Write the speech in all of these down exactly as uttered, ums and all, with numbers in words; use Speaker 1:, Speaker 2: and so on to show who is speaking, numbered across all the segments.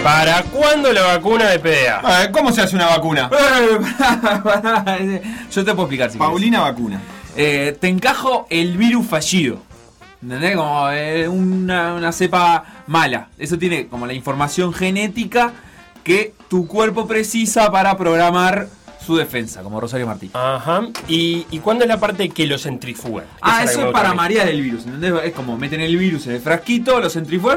Speaker 1: ¿Para cuándo la vacuna de P D A?
Speaker 2: A ver, ¿cómo se hace una vacuna?
Speaker 3: Yo te puedo explicar si
Speaker 2: Paulina vacuna.
Speaker 3: Eh, te encajo el virus fallido. ¿Entendés? Como eh, una, una cepa mala. Eso tiene como la información genética que tu cuerpo precisa para programar su defensa, como Rosario Martí.
Speaker 1: Ajá. ¿Y, ¿Y cuándo es la parte que lo centrifugan?
Speaker 3: Ah,
Speaker 1: Esa
Speaker 3: eso
Speaker 1: la que
Speaker 3: es
Speaker 1: me
Speaker 3: para
Speaker 1: gusta a mí.
Speaker 3: marear el virus, ¿entendés? Es como meten el virus en el frasquito, lo centrifugan,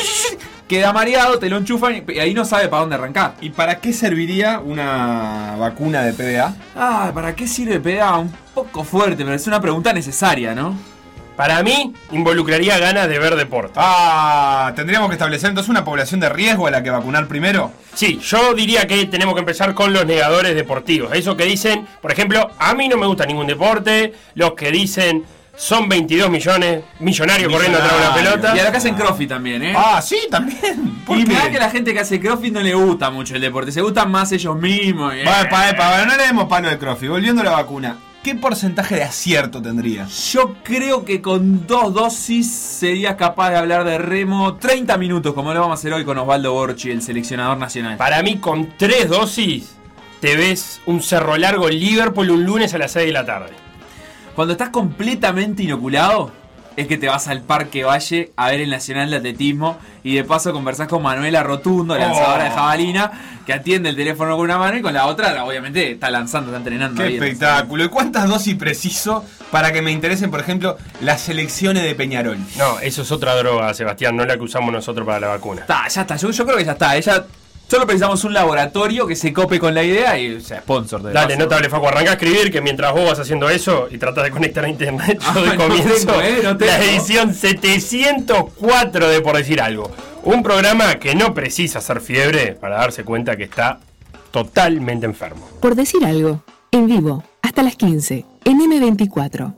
Speaker 3: queda mareado, te lo enchufan y ahí no sabe para dónde arrancar.
Speaker 2: ¿Y para qué serviría una vacuna de P D A?
Speaker 3: Ah, ¿para qué sirve P D A? Un poco fuerte, pero es una pregunta necesaria, ¿no?
Speaker 1: Para mí, involucraría ganas de ver deporte.
Speaker 2: Ah, ¿tendríamos que establecer entonces una población de riesgo a la que vacunar primero?
Speaker 1: Sí, yo diría que tenemos que empezar con los negadores deportivos. Eso que dicen, por ejemplo, a mí no me gusta ningún deporte. Los que dicen son veintidós millones, millonarios corriendo atrás de una pelota.
Speaker 3: Y a la que hacen crossfit también, ¿eh?
Speaker 2: Ah, sí, también. ¿Por
Speaker 3: Y
Speaker 2: qué?
Speaker 3: mirá que la gente que hace crossfit no le gusta mucho el deporte, se gustan más ellos mismos. eh.
Speaker 2: Vale, pa, pa, no le demos palo de crossfit. Volviendo a la vacuna, ¿qué porcentaje de acierto tendría?
Speaker 3: Yo creo que con dos dosis serías capaz de hablar de remo treinta minutos, como lo vamos a hacer hoy con Osvaldo Borchi, el seleccionador nacional.
Speaker 1: Para mí, con tres dosis, te ves un Cerro Largo Liverpool un lunes a las seis de la tarde.
Speaker 3: Cuando estás completamente inoculado, es que te vas al Parque Valle a ver el Nacional de Atletismo y de paso conversás con Manuela Rotundo, lanzadora
Speaker 2: Oh.
Speaker 3: de jabalina, que atiende el teléfono con una mano y con la otra, obviamente, está lanzando, está entrenando.
Speaker 2: Qué
Speaker 3: ahí.
Speaker 2: espectáculo. ¿Y cuántas dosis preciso para que me interesen, por ejemplo, las selecciones de Peñarol?
Speaker 1: No, eso es otra droga, Sebastián, no la que usamos nosotros para la vacuna.
Speaker 3: Está, ya está, yo, yo creo que ya está. Ella, solo precisamos un laboratorio que se cope con la idea y, o sea, sponsor de
Speaker 1: Dale,
Speaker 3: paso.
Speaker 1: notable Facu, arranca a escribir que mientras vos vas haciendo eso y tratás de conectar a internet, yo
Speaker 3: Ah,
Speaker 1: doy
Speaker 3: no
Speaker 1: comienzo
Speaker 3: tengo, eh, no tengo.
Speaker 1: la edición setecientos cuatro de Por Decir Algo. Un programa que no precisa hacer fiebre para darse cuenta que está totalmente enfermo.
Speaker 4: Por Decir Algo, en vivo, hasta las quince, en eme veinticuatro.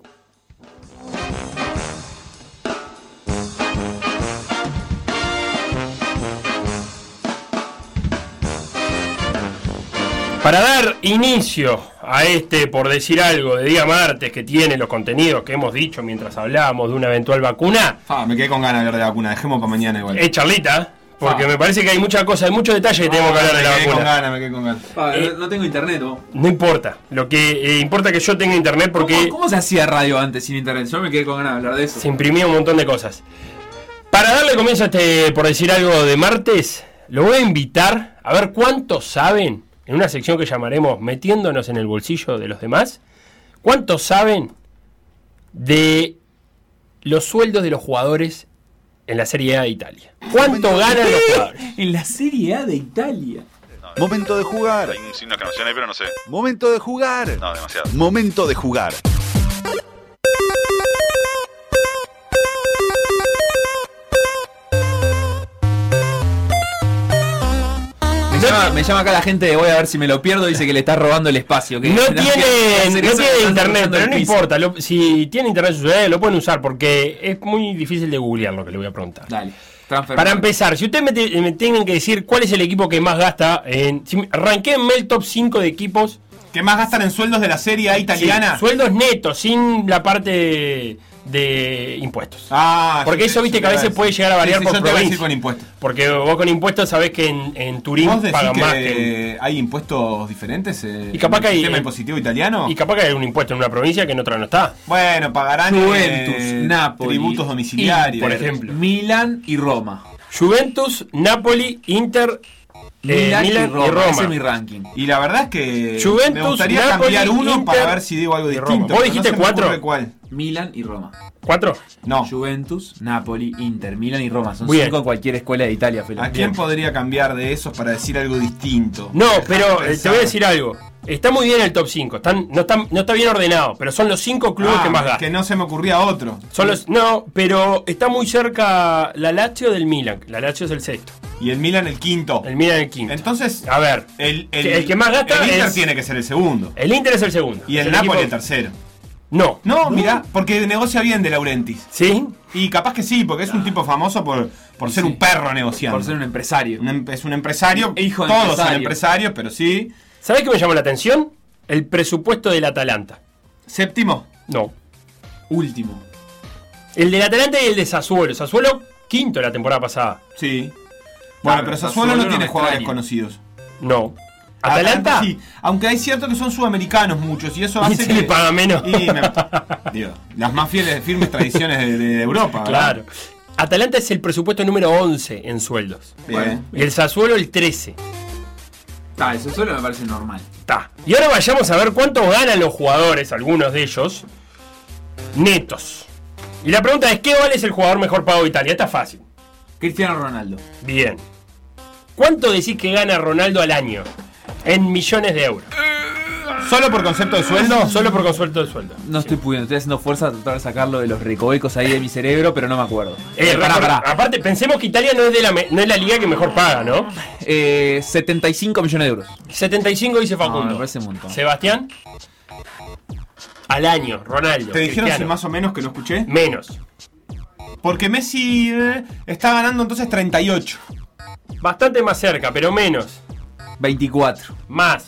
Speaker 1: Para dar inicio a este Por Decir Algo de día martes, que tiene los contenidos que hemos dicho mientras hablábamos de una eventual vacuna,
Speaker 2: Ah, me quedé con ganas de hablar de la vacuna. Dejemos para mañana igual.
Speaker 1: es charlita, porque
Speaker 2: Ah.
Speaker 1: me parece que hay muchas cosas, hay muchos detalles que tenemos que hablar de la
Speaker 2: me quedé con
Speaker 1: vacuna.
Speaker 2: ganas, me quedé con ganas.
Speaker 3: Ah,
Speaker 1: Eh,
Speaker 3: no, no tengo internet, vos.
Speaker 1: No importa, lo que eh, importa es que yo tenga internet porque
Speaker 3: ¿Cómo, ¿Cómo se hacía radio antes sin internet? Yo me quedé con ganas de hablar de eso.
Speaker 1: se imprimía un montón de cosas. Para darle comienzo a este Por Decir Algo de martes, lo voy a invitar a ver cuántos saben, en una sección que llamaremos Metiéndonos en el bolsillo de los demás, cuántos saben de los sueldos de los jugadores en la Serie A de Italia. ¿Cuánto ganan los jugadores?
Speaker 3: En la Serie A de Italia.
Speaker 5: Momento de jugar.
Speaker 6: Hay un signo de exclamación ahí, pero no sé.
Speaker 5: Momento de jugar.
Speaker 6: No, demasiado.
Speaker 5: Momento de jugar.
Speaker 3: Me llama, me llama acá la gente de voy a ver si me lo pierdo, dice que le está robando el espacio. Que
Speaker 1: No
Speaker 3: que-
Speaker 1: tiene,
Speaker 3: que hacer
Speaker 1: no
Speaker 3: eso,
Speaker 1: tiene
Speaker 3: le están
Speaker 1: internet,
Speaker 3: robando
Speaker 1: pero
Speaker 3: el
Speaker 1: no
Speaker 3: piso.
Speaker 1: importa. Lo- si tiene internet en su ciudad, lo pueden usar porque es muy difícil de googlear lo que le voy a preguntar.
Speaker 3: Dale. Transfer.
Speaker 1: Para empezar, si ustedes me, te- me tienen que decir cuál es el equipo que más gasta en... Si me- arranquéme el top cinco de equipos.
Speaker 2: ¿Qué más gastan en sueldos de la Serie A italiana?
Speaker 1: Sí, sueldos netos, sin la parte de, de impuestos.
Speaker 2: Ah,
Speaker 1: Porque
Speaker 2: yo
Speaker 1: eso,
Speaker 2: te-
Speaker 1: viste,
Speaker 2: yo
Speaker 1: que a
Speaker 2: te iba
Speaker 1: veces
Speaker 2: decir.
Speaker 1: puede llegar a variar
Speaker 2: Sí, sí,
Speaker 1: por
Speaker 2: yo te iba a decir
Speaker 1: provincia.
Speaker 2: con impuestos.
Speaker 1: Porque vos con impuestos sabés que en, en Turín
Speaker 2: ¿Vos decís
Speaker 1: pagan
Speaker 2: que
Speaker 1: más que... en-
Speaker 2: hay impuestos diferentes eh,
Speaker 1: Y capaz
Speaker 2: en
Speaker 1: que
Speaker 2: el
Speaker 1: hay-
Speaker 2: sistema impositivo italiano?
Speaker 1: Y capaz que hay un impuesto en una provincia que en otra no está.
Speaker 2: Bueno, pagarán
Speaker 3: Juventus,
Speaker 2: eh,
Speaker 3: Napoli,
Speaker 2: tributos domiciliarios.
Speaker 1: por ejemplo.
Speaker 3: Milan y Roma.
Speaker 1: Juventus, Napoli, Inter, eh,
Speaker 3: Milan,
Speaker 1: Milan
Speaker 3: y, Roma.
Speaker 1: y Roma.
Speaker 3: Ese es mi ranking.
Speaker 2: Y la verdad es que
Speaker 1: Juventus,
Speaker 2: me gustaría
Speaker 1: Napoli,
Speaker 2: cambiar uno
Speaker 1: Inter
Speaker 2: para ver si digo algo
Speaker 1: y Roma.
Speaker 2: distinto.
Speaker 1: ¿Vos
Speaker 2: pero
Speaker 1: dijiste
Speaker 2: no se me
Speaker 1: cuatro?
Speaker 2: ocurre ¿Cuál?
Speaker 3: Milan y Roma.
Speaker 1: ¿Cuatro?
Speaker 2: No.
Speaker 3: Juventus, Napoli, Inter, Milan y Roma. Son
Speaker 1: Muy bien.
Speaker 3: cinco en cualquier escuela de Italia, Felipe.
Speaker 2: ¿A quién podría cambiar de esos para decir algo distinto?
Speaker 1: No,
Speaker 2: Dejá
Speaker 1: pero
Speaker 2: de
Speaker 1: eh, te
Speaker 2: pensar.
Speaker 1: voy a decir algo. Está muy bien el top cinco. Están, no, están, no está bien ordenado, pero son los cinco clubes
Speaker 2: Ah,
Speaker 1: que más gastan.
Speaker 2: que no se me ocurría otro.
Speaker 1: Son los, no, pero está muy cerca la Lazio del Milan. La Lazio es el sexto.
Speaker 2: Y el Milan el quinto.
Speaker 1: El Milan el quinto.
Speaker 2: Entonces,
Speaker 1: A ver,
Speaker 2: el, el,
Speaker 1: el que más gasta
Speaker 2: el Inter
Speaker 1: es-
Speaker 2: tiene que ser el segundo.
Speaker 1: el Inter es el segundo.
Speaker 2: Y
Speaker 1: Es
Speaker 2: el Napoli
Speaker 1: equipo-
Speaker 2: el tercero.
Speaker 1: No.
Speaker 2: No, mirá, porque negocia bien De Laurentiis.
Speaker 1: ¿Sí?
Speaker 2: Y capaz que sí, porque es un tipo famoso por, por ser
Speaker 3: Sí.
Speaker 2: un perro negociando.
Speaker 3: Por ser un empresario.
Speaker 2: Un em- es un empresario.
Speaker 3: Hijo de
Speaker 2: Todos son
Speaker 3: empresario.
Speaker 2: empresarios, pero sí.
Speaker 1: ¿Sabés qué me llamó la atención? El presupuesto del Atalanta.
Speaker 2: Séptimo.
Speaker 1: No.
Speaker 3: Último.
Speaker 1: El del Atalanta y el de Sassuolo. Sassuolo, quinto la temporada pasada.
Speaker 2: Sí. Bueno, pero Sassuolo no tiene
Speaker 3: me
Speaker 2: jugadores
Speaker 3: extraña.
Speaker 2: conocidos.
Speaker 1: No. ¿Atalanta?
Speaker 2: Sí, aunque hay cierto que son sudamericanos muchos y eso
Speaker 1: Y
Speaker 2: hace
Speaker 1: se
Speaker 2: que
Speaker 1: le paga menos.
Speaker 2: Y me- digo, las más fieles, firmes tradiciones de, de Europa. ¿verdad?
Speaker 1: Claro. Atalanta es el presupuesto número once en sueldos.
Speaker 2: Bien.
Speaker 1: Y el Sassuolo el trece.
Speaker 3: Ah, eso solo me parece normal.
Speaker 1: Está. Y ahora vayamos a ver cuánto ganan los jugadores, algunos de ellos, netos. Y la pregunta es, ¿qué vale es el jugador mejor pago de Italia? Está fácil.
Speaker 3: Cristiano Ronaldo.
Speaker 1: Bien. ¿Cuánto decís que gana Ronaldo al año? En millones de euros.
Speaker 2: ¿Solo por concepto de sueldo?
Speaker 1: Solo por consuelto de sueldo.
Speaker 3: No estoy pudiendo, estoy haciendo fuerza a tratar de sacarlo de los recovecos ahí de mi cerebro, pero no me acuerdo.
Speaker 1: Eh,
Speaker 3: pará,
Speaker 1: pará,
Speaker 3: pará.
Speaker 1: Aparte, pensemos que Italia no es, de la, me- no es la liga que mejor paga, ¿no?
Speaker 3: Eh, setenta y cinco millones de euros.
Speaker 1: setenta y cinco dice
Speaker 3: No,
Speaker 1: Facundo.
Speaker 3: me parece un montón.
Speaker 1: Sebastián. Al año, Ronaldo.
Speaker 2: ¿Te dijeron si
Speaker 1: Cristiano.
Speaker 2: más o menos que no escuché?
Speaker 1: Menos.
Speaker 2: Porque Messi eh, está ganando entonces treinta y ocho.
Speaker 1: Bastante más cerca, pero menos.
Speaker 3: veinticuatro.
Speaker 1: Más.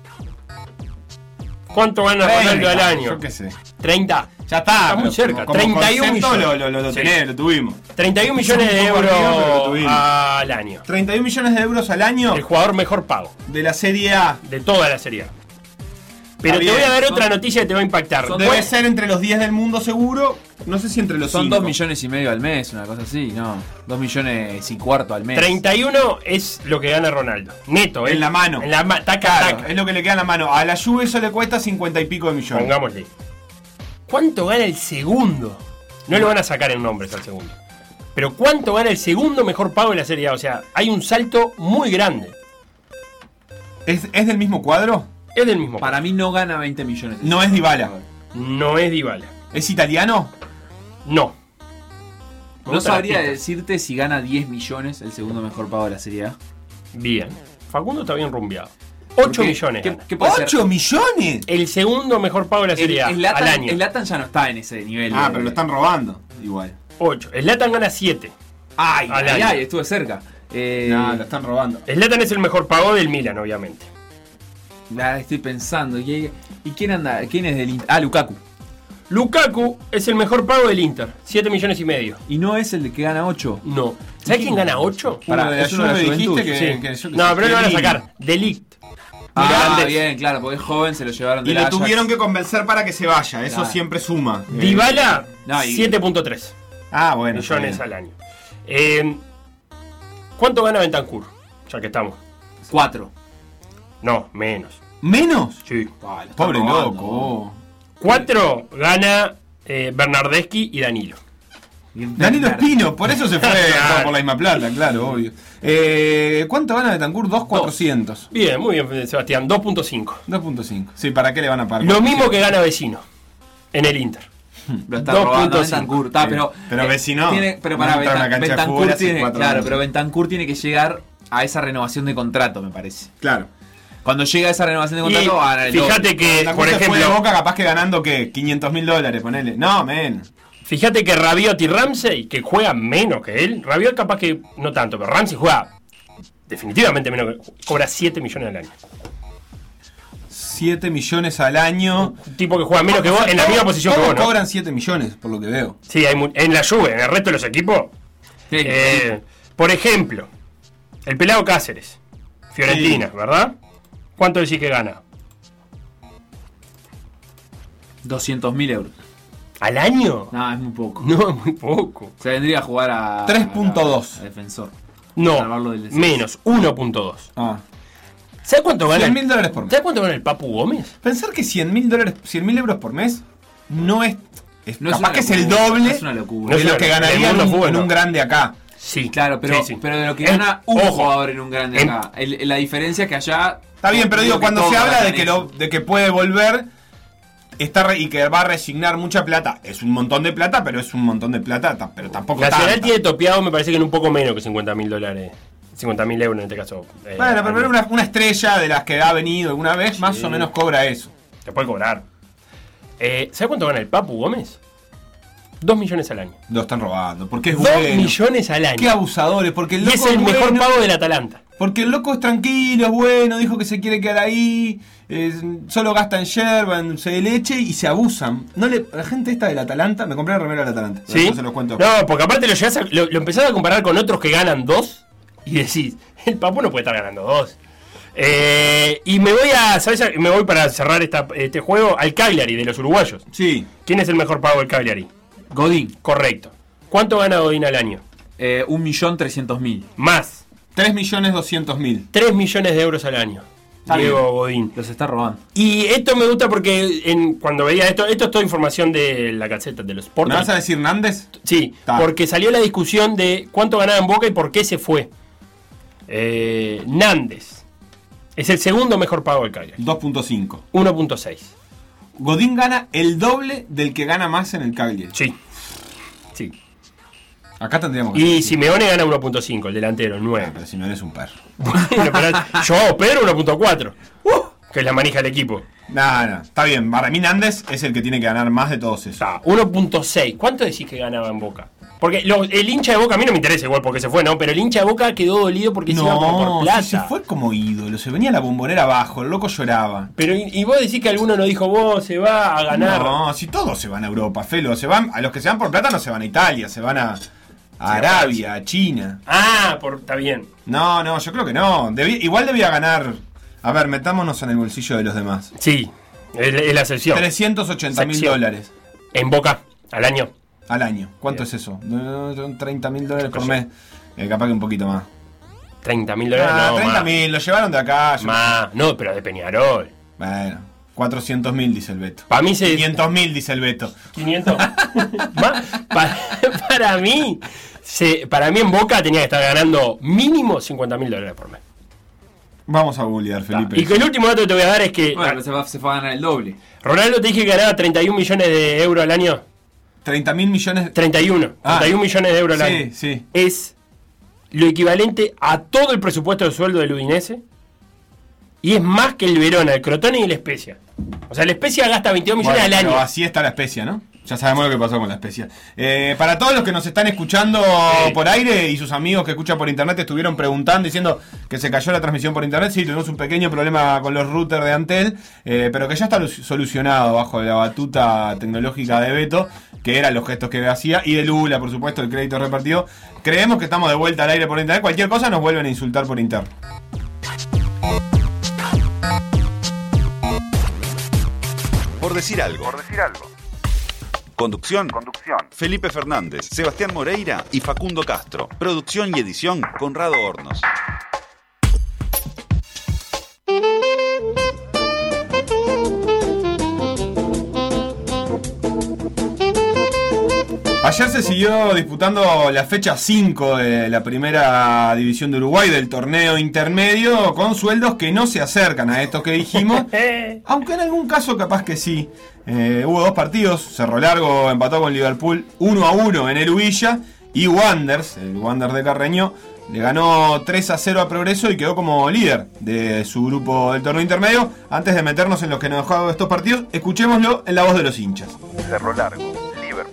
Speaker 1: ¿Cuánto gana Ronaldo al año?
Speaker 2: Yo qué sé.
Speaker 1: treinta.
Speaker 2: Ya está.
Speaker 1: Está muy
Speaker 2: pero
Speaker 1: cerca.
Speaker 2: como
Speaker 1: treinta y uno
Speaker 2: concepto
Speaker 1: millones.
Speaker 2: Lo, lo, lo, lo
Speaker 1: Sí.
Speaker 2: tenés, lo tuvimos.
Speaker 1: treinta y uno millones de
Speaker 2: Un poco arriba, pero lo
Speaker 1: euros
Speaker 2: tuvimos.
Speaker 1: al año.
Speaker 2: treinta y uno millones de euros al año
Speaker 1: El jugador mejor pago
Speaker 2: de la Serie A.
Speaker 1: de toda la serie. Pero
Speaker 2: Está
Speaker 1: te voy a
Speaker 2: bien.
Speaker 1: dar otra noticia que te va a impactar.
Speaker 3: son-
Speaker 2: Debe
Speaker 1: ¿Cuál-
Speaker 2: ser entre los diez del mundo seguro. No sé si entre los
Speaker 3: Son
Speaker 2: cinco.
Speaker 3: dos millones y medio al mes, una cosa así, no. Dos millones y cuarto al mes.
Speaker 1: treinta y uno es lo que gana Ronaldo. Neto, ¿eh?
Speaker 2: En la mano.
Speaker 1: En la mano. Taca,
Speaker 2: Claro,
Speaker 1: taca.
Speaker 2: es lo que le queda en la mano. A la Juve eso le cuesta cincuenta y pico de millones.
Speaker 1: Pongámosle. ¿Cuánto gana el segundo? No lo van a sacar en nombres al segundo. Pero ¿cuánto gana el segundo mejor pago de la Serie A? O sea, hay un salto muy grande.
Speaker 2: ¿Es, es del mismo cuadro?
Speaker 1: Es del mismo.
Speaker 3: Para mí no gana veinte millones.
Speaker 2: No es Dybala.
Speaker 1: No es Dybala.
Speaker 2: ¿Es italiano?
Speaker 1: No. Me
Speaker 3: No
Speaker 1: gustan las
Speaker 3: sabría
Speaker 1: pistas.
Speaker 3: decirte si gana diez millones, el segundo mejor pago de la Serie A.
Speaker 1: Bien. Facundo está bien rumbeado. ocho
Speaker 3: Porque,
Speaker 1: millones.
Speaker 3: ¿Qué,
Speaker 1: gana.
Speaker 3: qué puede ser?
Speaker 2: ¿ocho millones?
Speaker 1: El segundo mejor pago de la
Speaker 3: El,
Speaker 1: Serie A.
Speaker 3: el Zlatan-
Speaker 1: al año.
Speaker 3: el Zlatan ya no está en ese nivel.
Speaker 2: Ah,
Speaker 3: de-
Speaker 2: pero lo están robando. Igual.
Speaker 1: ocho. El Zlatan gana siete.
Speaker 3: Ay,
Speaker 1: al
Speaker 3: ay,
Speaker 1: año.
Speaker 3: ay, estuve cerca. Eh,
Speaker 2: No, lo están robando.
Speaker 1: El Zlatan es el mejor pago del Milan, obviamente.
Speaker 3: ah, estoy pensando. ¿Y, y quién anda? ¿Quién es del Inter? Ah, Lukaku.
Speaker 1: Lukaku es el mejor pago del Inter. siete millones y medio.
Speaker 3: ¿Y no es el de que gana ocho?
Speaker 1: No. ¿Sabes quién gana ocho?
Speaker 3: Pará,
Speaker 2: Uno de la
Speaker 3: es uno de la
Speaker 2: Juve dijiste
Speaker 3: Juventus.
Speaker 2: que,
Speaker 1: Sí.
Speaker 2: que yo que
Speaker 1: No,
Speaker 2: sé,
Speaker 1: pero lo van a
Speaker 2: Chiellini.
Speaker 1: sacar. Delict.
Speaker 3: Ah,
Speaker 1: Mirandés.
Speaker 3: bien, claro, porque es joven, se lo llevaron de
Speaker 2: Y
Speaker 3: la
Speaker 2: lo
Speaker 3: Ajax.
Speaker 2: tuvieron que convencer para que se vaya. Eso
Speaker 3: Claro.
Speaker 2: siempre suma. Eh,
Speaker 1: Dybala,
Speaker 3: No, y-
Speaker 1: siete punto tres
Speaker 2: Ah, bueno. está
Speaker 1: millones
Speaker 2: bien.
Speaker 1: al año. Eh, ¿Cuánto gana Bentancur? Ya que estamos.
Speaker 3: Cuatro.
Speaker 1: No, menos.
Speaker 2: ¿Menos?
Speaker 1: Sí.
Speaker 3: Ah, lo están
Speaker 2: Pobre
Speaker 3: robando.
Speaker 2: loco.
Speaker 1: Cuatro gana eh, Bernardeschi y Danilo.
Speaker 2: Danilo Espino, por eso se fue
Speaker 1: Claro.
Speaker 2: por la misma plata, claro, obvio. Eh, ¿Cuánto gana Betancur? dos mil cuatrocientos.
Speaker 1: Bien, muy bien, Sebastián. dos punto cinco.
Speaker 2: dos punto cinco. Sí, ¿para qué le van a pagar?
Speaker 1: Lo mismo que gana Vecino en el Inter.
Speaker 3: Lo está
Speaker 1: dos
Speaker 3: robando
Speaker 1: punto
Speaker 3: Bentancur.
Speaker 1: cinco.
Speaker 3: Está, pero,
Speaker 2: Pero
Speaker 3: eh,
Speaker 2: Vecino,
Speaker 3: tiene- pero
Speaker 2: no
Speaker 3: para
Speaker 2: entra a una cancha de fútbol
Speaker 3: Bentancur
Speaker 2: hace
Speaker 3: tiene,
Speaker 2: cuatro
Speaker 3: claro,
Speaker 2: años.
Speaker 3: pero Bentancur tiene que llegar a esa renovación de contrato, me parece.
Speaker 2: Claro.
Speaker 3: Cuando llega a esa renovación de
Speaker 1: Y
Speaker 3: contrato, va a ganar el doble.
Speaker 1: fíjate que,
Speaker 2: Bentancur
Speaker 1: por
Speaker 2: se fue de
Speaker 1: ejemplo,
Speaker 2: Boca capaz que ganando, ¿qué? quinientos mil dólares, ponele. No, men.
Speaker 1: fíjate que Rabiot y Ramsey, que juegan menos que él, Rabiot capaz que no tanto, pero Ramsey juega definitivamente menos que cobra siete millones al año.
Speaker 2: siete millones al año.
Speaker 1: Un tipo que juega menos que vos en la
Speaker 2: Todos-
Speaker 1: misma posición que
Speaker 2: todos
Speaker 1: vos, ¿no?
Speaker 2: cobran siete millones, por lo que veo.
Speaker 1: Sí, hay mu- en la Juve, en el resto de los equipos.
Speaker 3: Sí,
Speaker 1: eh, por ejemplo, el pelado Cáceres, Fiorentina, ¿verdad? ¿Cuánto decís que gana?
Speaker 3: doscientos mil euros.
Speaker 1: ¿Al año?
Speaker 3: No, es muy poco.
Speaker 1: No, es muy poco.
Speaker 3: Se vendría a jugar a.
Speaker 2: tres punto dos.
Speaker 3: a- a defensor.
Speaker 1: No,
Speaker 3: Salvarlo del descenso.
Speaker 1: menos, uno punto dos.
Speaker 2: Ah.
Speaker 1: ¿Sabes cuánto gana?
Speaker 2: cien
Speaker 1: el-
Speaker 2: mil dólares por mes.
Speaker 1: ¿Sabes cuánto gana el Papu Gómez?
Speaker 2: Pensar que cien mil dólares, cien mil euros por mes no es. es
Speaker 3: No es
Speaker 2: capaz
Speaker 3: una
Speaker 2: que es el
Speaker 3: locura,
Speaker 2: doble
Speaker 3: no es una locura.
Speaker 1: No
Speaker 2: de
Speaker 1: es
Speaker 2: lo
Speaker 1: una
Speaker 2: que
Speaker 1: locura.
Speaker 2: ganaría
Speaker 1: En
Speaker 2: en
Speaker 1: el
Speaker 2: un,
Speaker 1: mundo fútbol,
Speaker 2: en
Speaker 1: no.
Speaker 2: un grande acá.
Speaker 1: Sí,
Speaker 3: Claro, pero,
Speaker 1: sí, sí.
Speaker 3: pero de lo que
Speaker 1: Eh,
Speaker 3: gana un
Speaker 1: ojo.
Speaker 3: jugador en un grande
Speaker 1: En-
Speaker 3: acá. El- la diferencia es que allá.
Speaker 2: Está bien, pero digo,
Speaker 3: que
Speaker 2: cuando
Speaker 3: todos
Speaker 2: se habla de
Speaker 3: ganan
Speaker 2: que,
Speaker 3: eso.
Speaker 2: lo, de que puede volver está re- y que va a resignar mucha plata, es un montón de plata, pero es un montón de plata, ta- pero tampoco
Speaker 1: Nacional
Speaker 2: tanta.
Speaker 1: tiene topeado, me parece que en un poco menos que cincuenta mil dólares. cincuenta mil euros en este caso. eh,
Speaker 2: Bueno, pero
Speaker 1: al mes.
Speaker 2: una, una estrella de las que ha venido alguna vez, más o menos cobra eso.
Speaker 1: Te puede cobrar. Eh, ¿Sabes cuánto gana el Papu Gómez? Dos millones al año.
Speaker 2: Lo están robando, porque es
Speaker 1: Dos
Speaker 2: bueno.
Speaker 1: millones al año.
Speaker 2: Qué abusadores, porque el
Speaker 1: Y
Speaker 2: loco
Speaker 1: es el mejor
Speaker 2: bueno,
Speaker 1: pago del Atalanta.
Speaker 2: Porque el loco es tranquilo, es bueno, dijo que se quiere quedar ahí, eh, solo gasta en yerba, en dulce de leche y se abusan. No le, la gente esta del Atalanta, me compré la remera del Atalanta.
Speaker 1: ¿Sí?
Speaker 2: Después se los cuento.
Speaker 1: No, porque aparte lo, llevas a- lo, lo empezás a comparar con otros que ganan dos y decís, el Papu no puede estar ganando dos. Eh, y me voy a, ¿sabes? Me voy para cerrar esta, este juego al Cagliari de los uruguayos.
Speaker 2: Sí.
Speaker 1: ¿Quién es el mejor pago del Cagliari?
Speaker 3: Godín.
Speaker 1: Correcto. ¿Cuánto gana Godín al año?
Speaker 3: Eh, un millón trescientos mil.
Speaker 1: Más.
Speaker 2: tres millones doscientos mil.
Speaker 1: tres millones de euros al año.
Speaker 3: Está
Speaker 1: Diego
Speaker 3: bien.
Speaker 1: Godín.
Speaker 3: Los está robando.
Speaker 1: Y esto me gusta porque en, cuando veía esto, esto es toda información de la Gaceta de los
Speaker 2: ¿Me
Speaker 1: Sporting.
Speaker 2: vas a decir Nández?
Speaker 1: Sí,
Speaker 2: Ta.
Speaker 1: porque salió la discusión de cuánto ganaba en Boca y por qué se fue. Eh, Nández es el segundo mejor pago del Cagliari.
Speaker 2: dos punto cinco.
Speaker 1: uno punto seis.
Speaker 2: Godín gana el doble del que gana más en el Cagliari.
Speaker 1: Sí. Sí.
Speaker 2: Acá tendríamos que
Speaker 1: Y
Speaker 2: decir.
Speaker 1: Simeone gana uno punto cinco, el delantero, el
Speaker 2: Ah,
Speaker 1: nueve.
Speaker 2: pero si no eres un perro.
Speaker 1: Bueno, pero yo, Pedro, uno punto cuatro. Que es la manija del equipo.
Speaker 2: No, no, está bien. Para mí Nández es el que tiene que ganar más de todos esos.
Speaker 1: Está, uno punto seis. ¿Cuánto decís que ganaba en Boca? Porque lo- el hincha de Boca, a mí no me interesa igual porque se fue, ¿no? Pero el hincha de Boca quedó dolido porque se iba como por
Speaker 2: No,
Speaker 1: plata.
Speaker 2: si se fue como ídolo, se venía la bombonera abajo, el loco lloraba.
Speaker 1: Pero y, y vos decís que alguno no dijo, vos se va a ganar.
Speaker 2: No, si todos se van a Europa, Felo, se van, a los que se van por plata no se van a Italia, se van a, a Arabia, a China.
Speaker 1: Ah, por, está bien.
Speaker 2: No, no, yo creo que no. Debí- igual debía ganar. A ver, metámonos en el bolsillo de los demás.
Speaker 1: Sí, es, es la excepción.
Speaker 2: trescientos ochenta mil
Speaker 1: Sección.
Speaker 2: dólares
Speaker 1: En Boca, al año.
Speaker 2: al año. ¿Cuánto
Speaker 1: Bien.
Speaker 2: es eso? No, Son treinta mil dólares por
Speaker 1: Yo
Speaker 2: mes. Eh, capaz que un poquito más.
Speaker 1: treinta mil dólares.
Speaker 2: Ah,
Speaker 1: no,
Speaker 2: treinta
Speaker 1: más.
Speaker 2: mil, lo llevaron de acá. yo-
Speaker 1: Más. No, pero de Peñarol.
Speaker 2: Bueno, cuatrocientos mil dice el Beto.
Speaker 1: Para mí se...
Speaker 2: quinientos mil dice el Beto.
Speaker 1: quinientos. Más. Pa- para mí, se, para mí en Boca tenía que estar ganando mínimo cincuenta mil dólares por mes.
Speaker 2: Vamos a googlear, Felipe.
Speaker 1: Y que el último dato que te voy a dar es que
Speaker 3: Bueno, pero se, va, se fue a ganar el doble.
Speaker 1: Ronaldo te dije que ganaba treinta y un millones de euros al año.
Speaker 2: treinta mil millones.
Speaker 1: treinta y uno.
Speaker 2: Ah.
Speaker 1: treinta y un millones de euros al
Speaker 2: Sí,
Speaker 1: año.
Speaker 2: sí.
Speaker 1: Es lo equivalente a todo el presupuesto de sueldo del Udinese. Y es más que el Verona, el Crotone y el Spezia. O sea, el Spezia gasta veintidós millones
Speaker 2: Bueno,
Speaker 1: al
Speaker 2: pero
Speaker 1: año.
Speaker 2: así está la especia, ¿no? Ya sabemos lo que pasó con la especia. Eh, para todos los que nos están escuchando
Speaker 1: Sí.
Speaker 2: por aire y sus amigos que escuchan por internet estuvieron preguntando, diciendo que se cayó la transmisión por internet. Sí, tuvimos un pequeño problema con los routers de Antel, eh, pero que ya está lu- solucionado bajo la batuta tecnológica de Beto, que eran los gestos que hacía, y de Lula, por supuesto, el crédito repartido. Creemos que estamos de vuelta al aire por internet. Cualquier cosa nos vuelven a insultar por internet.
Speaker 5: Por decir algo.
Speaker 6: Por decir algo.
Speaker 5: Conducción.
Speaker 6: Conducción.
Speaker 5: Felipe Fernández, Sebastián Moreira y Facundo Castro. Producción y edición, Conrado Hornos.
Speaker 2: Ayer se siguió disputando la fecha cinco de la primera división de Uruguay del torneo intermedio con sueldos que no se acercan a estos que dijimos, aunque en algún caso capaz que sí. Eh, hubo dos partidos, Cerro Largo empató con Liverpool uno a uno en el Ubilla y Wanderers, el Wanderers de Carreño, le ganó tres a cero a Progreso y quedó como líder de su grupo del torneo intermedio. Antes de meternos en lo que nos dejó estos partidos, escuchémoslo en la voz de los hinchas.
Speaker 6: Cerro Largo. Liverpool.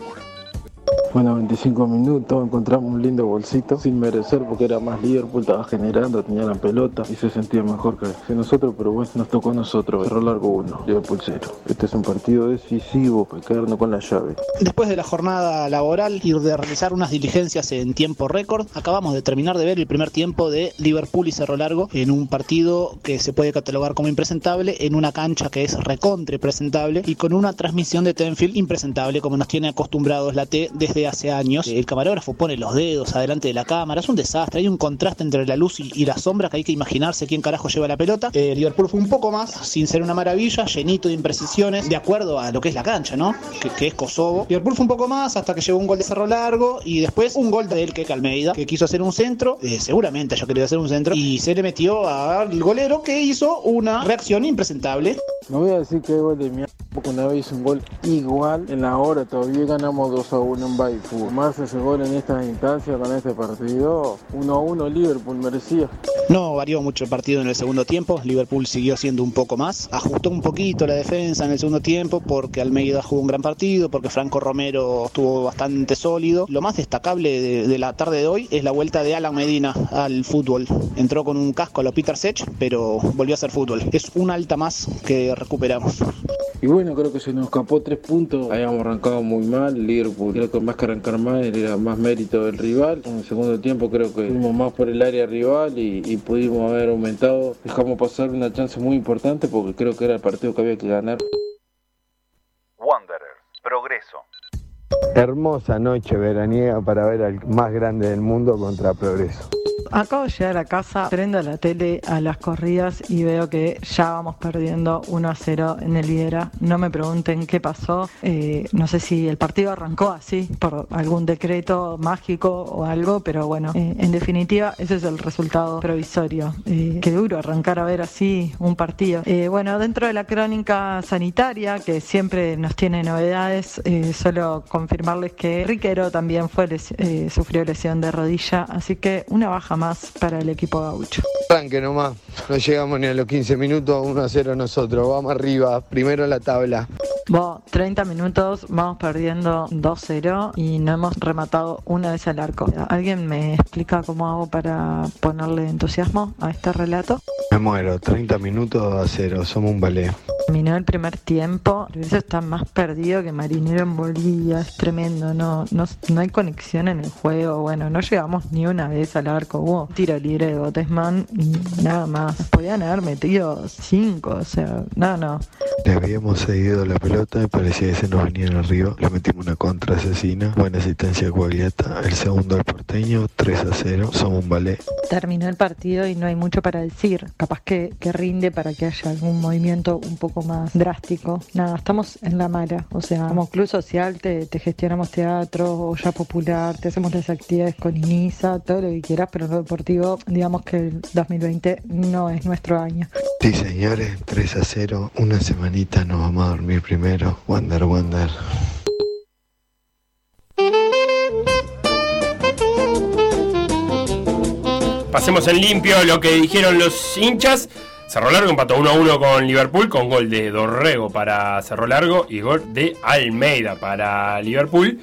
Speaker 7: Bueno, veinticinco minutos, encontramos un lindo bolsito, sin merecer porque era más Liverpool, estaba generando, tenía la pelota y se sentía mejor que, que nosotros, pero bueno, nos tocó a nosotros, Cerro Largo uno, Liverpool cero. Este es un partido decisivo para quedarnos con la llave.
Speaker 8: Después de la jornada laboral y de realizar unas diligencias en tiempo récord, acabamos de terminar de ver el primer tiempo de Liverpool y Cerro Largo en un partido que se puede catalogar como impresentable, en una cancha que es recontra presentable y con una transmisión de Tenfield impresentable como nos tiene acostumbrados la T desde hace años. El camarógrafo pone los dedos adelante de la cámara, es un desastre, hay un contraste entre la luz y, y la sombra que hay que imaginarse quién carajo lleva la pelota. Eh, Liverpool fue un poco más, sin ser una maravilla, llenito de imprecisiones, de acuerdo a lo que es la cancha, ¿no? Que, que es Kosovo. Liverpool fue un poco más hasta que llegó un gol de Cerro Largo y después un gol del Keke Almeida, que quiso hacer un centro, eh, seguramente haya querido hacer un centro, y se le metió al golero que hizo una reacción impresentable.
Speaker 7: No voy a decir que es gol de mierda, porque una vez hizo un gol igual en la hora, todavía ganamos dos a uno en Baifú. Más ese gol en estas instancias con este partido, uno a uno Liverpool merecía.
Speaker 8: No varió mucho el partido en el segundo tiempo, Liverpool siguió siendo un poco más, ajustó un poquito la defensa en el segundo tiempo porque Almeida jugó un gran partido, porque Franco Romero estuvo bastante sólido. Lo más destacable de, de la tarde de hoy es la vuelta de Alan Medina al fútbol. Entró con un casco a lo Peter Sech, pero volvió a hacer fútbol. Es una alta más que recuperamos.
Speaker 7: Y bueno, creo que se nos escapó tres puntos. Habíamos arrancado muy mal. Liverpool, creo que más que arrancar mal era más mérito del rival. En el segundo tiempo creo que fuimos más por el área rival y, y pudimos haber aumentado. Dejamos pasar una chance muy importante porque creo que era el partido que había que ganar.
Speaker 6: Wanderers, Progreso.
Speaker 9: Hermosa noche veraniega para ver al más grande del mundo contra Progreso.
Speaker 10: Acabo de llegar a casa, prendo la tele a las corridas y veo que ya vamos perdiendo uno a cero en el Lidera. No me pregunten qué pasó, eh, no sé si el partido arrancó así por algún decreto mágico o algo, pero bueno, eh, en definitiva ese es el resultado provisorio. Eh, qué duro arrancar a ver así un partido. Eh, bueno, dentro de la crónica sanitaria, que siempre nos tiene novedades, eh, solo confirmarles que Riquero también fue les, eh, sufrió lesión de rodilla, así que una baja más para el equipo gaucho.
Speaker 9: Arranque nomás, no llegamos ni a los quince minutos, uno a cero nosotros, vamos arriba, primero la tabla.
Speaker 10: Vos, treinta minutos, vamos perdiendo dos cero y no hemos rematado una vez al arco. ¿Alguien me explica cómo hago para ponerle entusiasmo a este relato?
Speaker 9: Me muero, treinta minutos a cero, somos un ballet.
Speaker 10: Terminó el primer tiempo, Progreso está más perdido que Marinero en Bolivia, es tremendo, no, no, no hay conexión en el juego, bueno, no llegamos ni una vez al arco, hubo un tiro libre de Botesman y nada más, podían haber metido cinco, o sea, no, no.
Speaker 9: Le habíamos seguido la pelota y parecía que se nos venían arriba, le metimos una contra asesina, buena asistencia de Guagliata, el segundo al Porteño, tres a cero, somos un ballet.
Speaker 10: Terminó el partido y no hay mucho para decir, capaz que, que rinde para que haya algún movimiento un poco más drástico. Nada, estamos en la mala, o sea, como club social te, te gestionamos teatro, olla popular, te hacemos las actividades con INISA, todo lo que quieras, pero en lo deportivo, digamos que el dos mil veinte no es nuestro año.
Speaker 9: Sí, señores, tres a cero, una semanita nos vamos a dormir primero, Wander, Wander.
Speaker 1: Pasemos en limpio lo que dijeron los hinchas. Cerro Largo empató uno a uno con Liverpool con gol de Dorrego para Cerro Largo y gol de Almeida para Liverpool.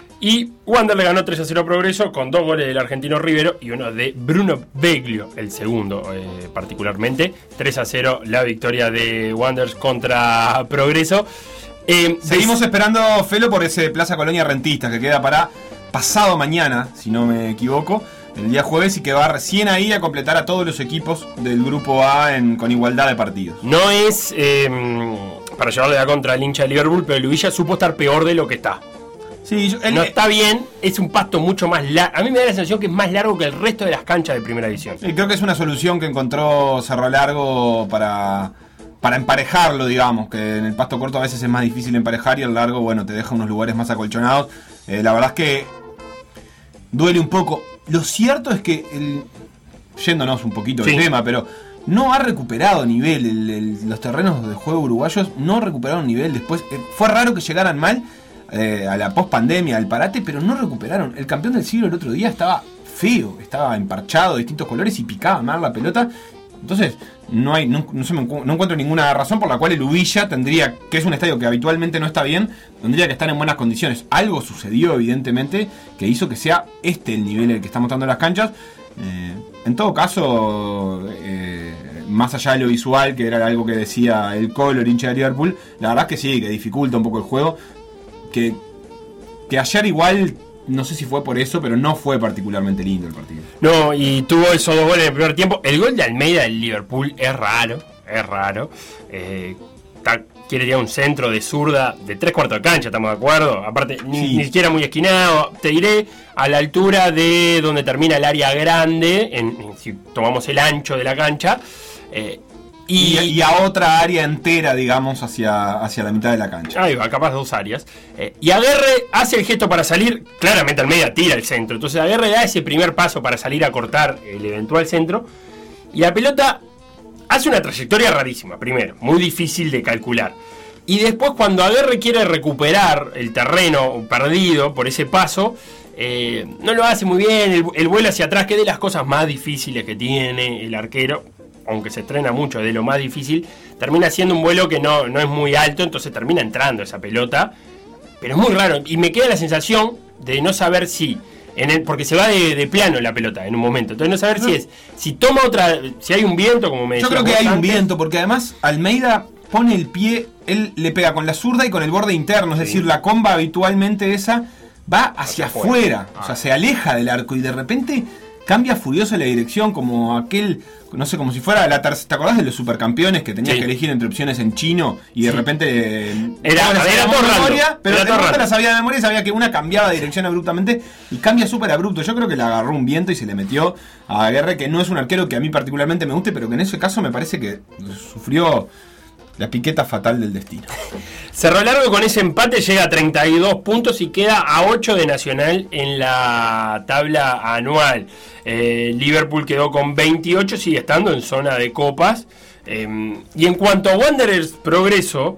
Speaker 1: Y Wander le ganó tres a cero a Progreso con dos goles del argentino Rivero y uno de Bruno Beglio, el segundo eh, particularmente. tres a cero la victoria de Wanderers contra Progreso.
Speaker 2: Eh, Seguimos des... esperando, Felo, por ese Plaza Colonia Rentista que queda para pasado mañana, si no me equivoco, el día jueves, y que va recién ahí a completar a todos los equipos del grupo A en, con igualdad de partidos.
Speaker 1: No es eh, para llevarle la contra al hincha de Liverpool, pero el Ubilla supo estar peor de lo que está.
Speaker 2: Sí, yo, el,
Speaker 1: no está bien, es un pasto mucho más largo. A mí me da la sensación que es más largo que el resto de las canchas de primera división.
Speaker 2: Y creo que es una solución que encontró Cerro Largo para, para emparejarlo, digamos, que en el pasto corto a veces es más difícil emparejar y el largo, bueno, te deja unos lugares más acolchonados. Eh, la verdad es que duele un poco. Lo cierto es que, el, yéndonos un poquito del sí. tema, pero no ha recuperado nivel. El, el, los terrenos de juego uruguayos no recuperaron nivel después. Eh, fue raro que llegaran mal eh, a la post-pandemia, al parate, pero no recuperaron. El campeón del siglo el otro día estaba feo, estaba emparchado de distintos colores y picaba mal la pelota. Entonces, no hay no, no, se me, no encuentro ninguna razón por la cual el Ubilla tendría, que es un estadio que habitualmente no está bien, tendría que estar en buenas condiciones. Algo sucedió, evidentemente, que hizo que sea este el nivel en el que está mostrando las canchas. Eh, en todo caso, eh, más allá de lo visual, que era algo que decía el Colo, el hincha de Liverpool, la verdad es que sí, que dificulta un poco el juego. Que, que ayer igual... No sé si fue por eso, pero no fue particularmente lindo el partido.
Speaker 1: No, y tuvo esos dos goles en el primer tiempo. El gol de Almeida del Liverpool es raro, es raro. Eh, ta, quiere tirar un centro de zurda de tres cuartos de cancha, ¿estamos de acuerdo? Aparte, ni, sí. ni siquiera muy esquinado. Te diré, a la altura de donde termina el área grande, en, en, si tomamos el ancho de la cancha. Eh,
Speaker 2: Y, y a otra área entera, digamos, hacia, hacia la mitad de la cancha.
Speaker 1: Ahí va, capaz dos áreas. Eh, y Aguerre hace el gesto para salir. Claramente Almeida tira el centro. Entonces Aguerre da ese primer paso para salir a cortar el eventual centro. Y la pelota hace una trayectoria rarísima, primero. Muy difícil de calcular. Y después, cuando Aguerre quiere recuperar el terreno perdido por ese paso, eh, no lo hace muy bien. El, el vuelo hacia atrás, que es de las cosas más difíciles que tiene el arquero, aunque se estrena mucho de lo más difícil, termina siendo un vuelo que no, no es muy alto, entonces termina entrando esa pelota, pero es muy raro, y me queda la sensación de no saber si, en el, porque se va de, de plano la pelota en un momento, entonces no saber no. si es, si toma otra, si hay un viento, como me decía.
Speaker 2: Yo creo que hay antes. un viento, porque además Almeida pone el pie, él le pega con la zurda y con el borde interno, es decir, la comba habitualmente esa va hacia, hacia afuera, ah. o sea, se aleja del arco y de repente cambia furioso la dirección, como aquel, no sé, como si fuera la tercera. ¿Te acordás de los supercampeones que tenías sí. que elegir entre opciones en chino y de sí. repente
Speaker 1: era,
Speaker 2: no,
Speaker 1: era todo
Speaker 2: memoria, pero
Speaker 1: era
Speaker 2: de la sabía de memoria y sabía que una cambiaba de dirección abruptamente y cambia súper abrupto. Yo creo que le agarró un viento y se le metió a Aguerre, que no es un arquero que a mí particularmente me guste, pero que en ese caso me parece que sufrió la piqueta fatal del destino.
Speaker 1: Cerro Largo con ese empate llega a treinta y dos puntos y queda a ocho de Nacional en la tabla anual. Eh, Liverpool quedó con veintiocho, sigue estando en zona de copas. Eh, y en cuanto a Wanderers Progreso,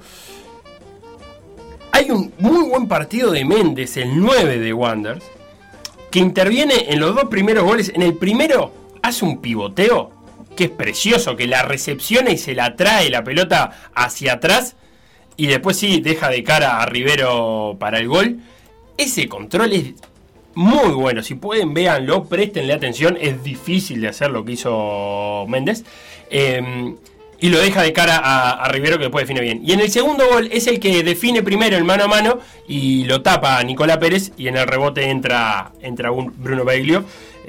Speaker 1: hay un muy buen partido de Méndez, el nueve de Wanderers, que interviene en los dos primeros goles. En el primero hace un pivoteo que es precioso, que la recepciona y se la trae la pelota hacia atrás y después sí deja de cara a Rivero para el gol. Ese control es muy bueno, si pueden véanlo, préstenle atención, es difícil de hacer lo que hizo Méndez, eh, y lo deja de cara a, a Rivero, que después define bien. Y en el segundo gol es el que define primero el mano a mano y lo tapa a Nicolás Pérez, y en el rebote entra, entra un Bruno Baglio.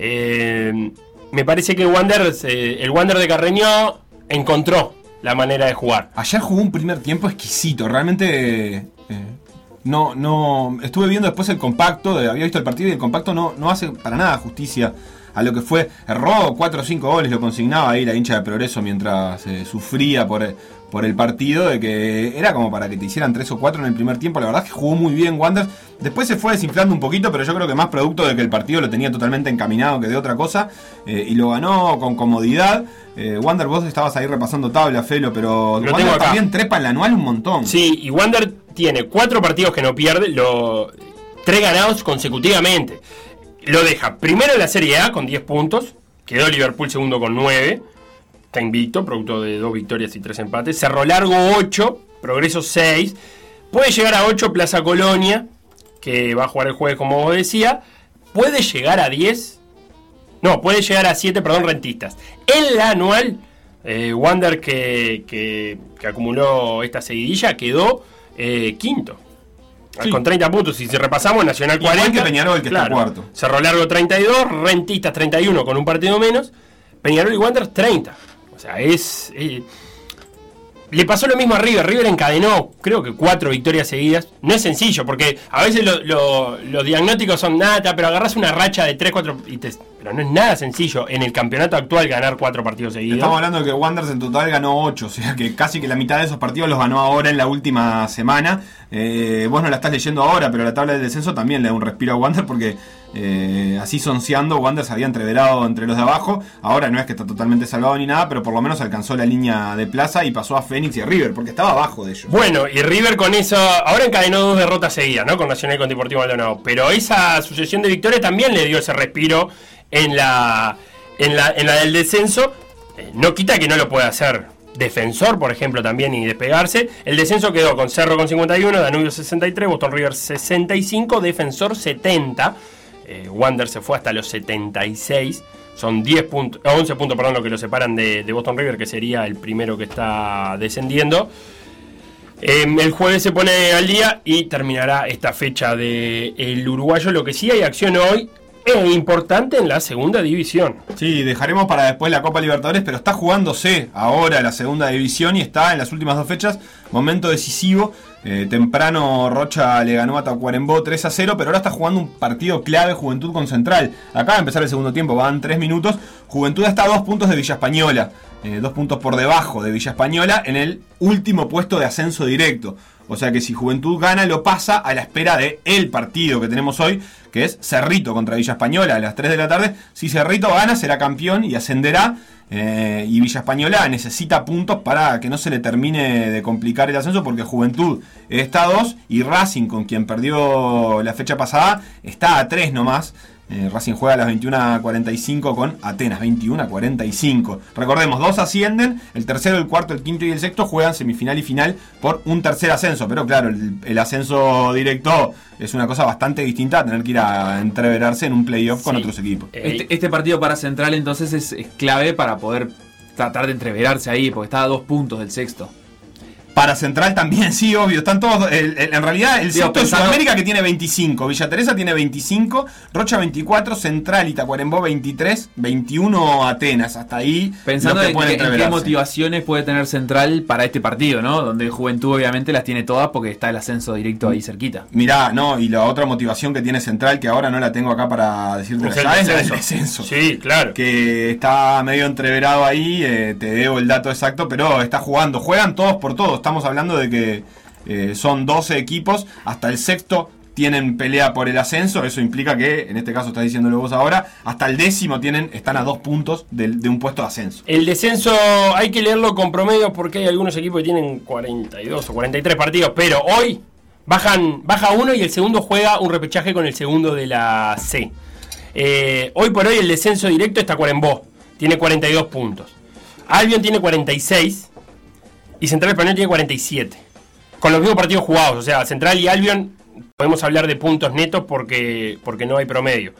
Speaker 1: eh, Me parece que Wander, eh, el Wander de Carreño encontró la manera de jugar.
Speaker 2: Ayer jugó un primer tiempo exquisito, realmente eh, no, no. Estuve viendo después el compacto, había visto el partido y el compacto no, no hace para nada justicia a lo que fue. Erró cuatro o cinco goles, lo consignaba ahí la hincha de Progreso mientras eh, sufría por, por el partido, de que era como para que te hicieran tres o cuatro en el primer tiempo. La verdad es que jugó muy bien Wander. Después se fue desinflando un poquito, pero yo creo que más producto de que el partido lo tenía totalmente encaminado que de otra cosa, eh, y lo ganó con comodidad. eh, Wander, vos estabas ahí repasando tabla, Felo, pero
Speaker 1: lo
Speaker 2: Wander también trepa en la anual un montón.
Speaker 1: Sí, y Wander tiene cuatro partidos que no pierde, lo, tres ganados consecutivamente. Lo deja primero en la Serie A con diez puntos, quedó Liverpool segundo con nueve, está invicto, producto de dos victorias y tres empates. Cerro Largo ocho, Progreso seis, puede llegar a ocho Plaza Colonia, que va a jugar el jueves como vos decía, puede llegar a diez, no, puede llegar a siete, perdón, Rentistas. En la anual, eh, Wander que, que, que acumuló esta seguidilla quedó eh, quinto. Sí. Con treinta puntos, y si repasamos, Nacional cuarenta.
Speaker 2: Igual que Peñarol, que claro, está cuarto.
Speaker 1: Cerro Largo treinta y dos, Rentistas treinta y uno con un partido menos, Peñarol y Wanderers treinta. O sea, es... Eh, le pasó lo mismo a River. River encadenó, creo que cuatro victorias seguidas. No es sencillo, porque a veces lo, lo, los diagnósticos son nada, pero agarras una racha de tres, cuatro... Y te, pero no es nada sencillo en el campeonato actual ganar cuatro partidos seguidos.
Speaker 2: Estamos hablando de que Wanderers en total ganó ocho, o sea que casi que la mitad de esos partidos los ganó ahora en la última semana. Eh, vos no la estás leyendo ahora, pero la tabla del descenso también le da un respiro a Wander, porque eh, así sonceando, Wander se había entreverado entre los de abajo. Ahora no es que está totalmente salvado ni nada, pero por lo menos alcanzó la línea de plaza y pasó a Fénix y a River, porque estaba abajo de ellos.
Speaker 1: Bueno, y River con eso, ahora encadenó dos derrotas seguidas, ¿no? Con Nacional y con Deportivo Maldonado, pero esa sucesión de victorias también le dio ese respiro en la, en la, en la del descenso. Eh, no quita que no lo pueda hacer Defensor, por ejemplo, también, y despegarse. El descenso quedó con Cerro con cincuenta y uno, Danubio sesenta y tres, Boston River sesenta y cinco, Defensor setenta. eh, Wander se fue hasta los setenta y seis. Son diez puntos, once puntos, perdón, lo que lo separan de, de Boston River, que sería el primero que está descendiendo. Eh, el jueves se pone al día y terminará esta fecha del uruguayo. Lo que sí hay acción hoy es importante en la segunda división.
Speaker 2: Sí, dejaremos para después la Copa Libertadores, pero está jugándose ahora la segunda división y está en las últimas dos fechas, momento decisivo. Eh, temprano Rocha le ganó a Tacuarembó tres a cero, pero ahora está jugando un partido clave Juventud con Central. Acaba de empezar el segundo tiempo, van tres minutos. Juventud está a dos puntos de Villa Española, eh, dos puntos por debajo de Villa Española en el último puesto de ascenso directo. O sea que si Juventud gana, lo pasa a la espera de el partido que tenemos hoy, que es Cerrito contra Villa Española a las tres de la tarde. Si Cerrito gana, será campeón y ascenderá. Eh, y Villa Española necesita puntos para que no se le termine de complicar el ascenso, porque Juventud está a dos y Racing, con quien perdió la fecha pasada, está a tres nomás. Eh, Racing juega a las veintiuna cuarenta y cinco con Atenas, veintiuna cuarenta y cinco. Recordemos, dos ascienden, el tercero, el cuarto, el quinto y el sexto juegan semifinal y final por un tercer ascenso. Pero claro, el, el ascenso directo es una cosa bastante distinta a tener que ir a entreverarse en un playoff sí. con otros equipos.
Speaker 3: Este, este partido para Central entonces es, es clave para poder tratar de entreverarse ahí, porque está a dos puntos del sexto.
Speaker 2: Para Central también, sí, obvio. Están todos. El, el, en realidad, el
Speaker 3: Digo,
Speaker 2: sexto es
Speaker 3: pensando-
Speaker 2: Sudamérica, que tiene veinticinco. Villa Teresa tiene veinticinco. Rocha veinticuatro. Central y Tacuarembó veintitrés. veintiuno Atenas. Hasta ahí.
Speaker 3: Pensando
Speaker 2: lo que
Speaker 3: en,
Speaker 2: puede
Speaker 3: qué- en qué
Speaker 2: entreverarse.
Speaker 3: motivaciones puede tener Central para este partido, ¿no? Donde Juventud obviamente las tiene todas porque está el ascenso directo ahí cerquita.
Speaker 2: Mirá, no, y la otra motivación que tiene Central, que ahora no la tengo acá para decirte
Speaker 1: Es el
Speaker 2: ya, es la del
Speaker 1: descenso.
Speaker 2: descenso.
Speaker 1: Sí, claro.
Speaker 2: Que está medio entreverado ahí, eh, te debo el dato exacto, pero está jugando. Juegan todos por todos. Estamos hablando de que eh, son doce equipos, hasta el sexto tienen pelea por el ascenso. Eso implica que, en este caso estás diciéndolo vos ahora, hasta el décimo tienen, están a dos puntos de, de un puesto de ascenso.
Speaker 1: El descenso hay que leerlo con promedio porque hay algunos equipos que tienen cuarenta y dos o cuarenta y tres partidos, pero hoy bajan baja uno y el segundo juega un repechaje con el segundo de la C. Eh, hoy por hoy el descenso directo está Tacuarembó, tiene cuarenta y dos puntos. Albion tiene cuarenta y seis y Central Español tiene cuarenta y siete. Con los mismos partidos jugados, o sea, Central y Albion podemos hablar de puntos netos porque, porque no hay promedio.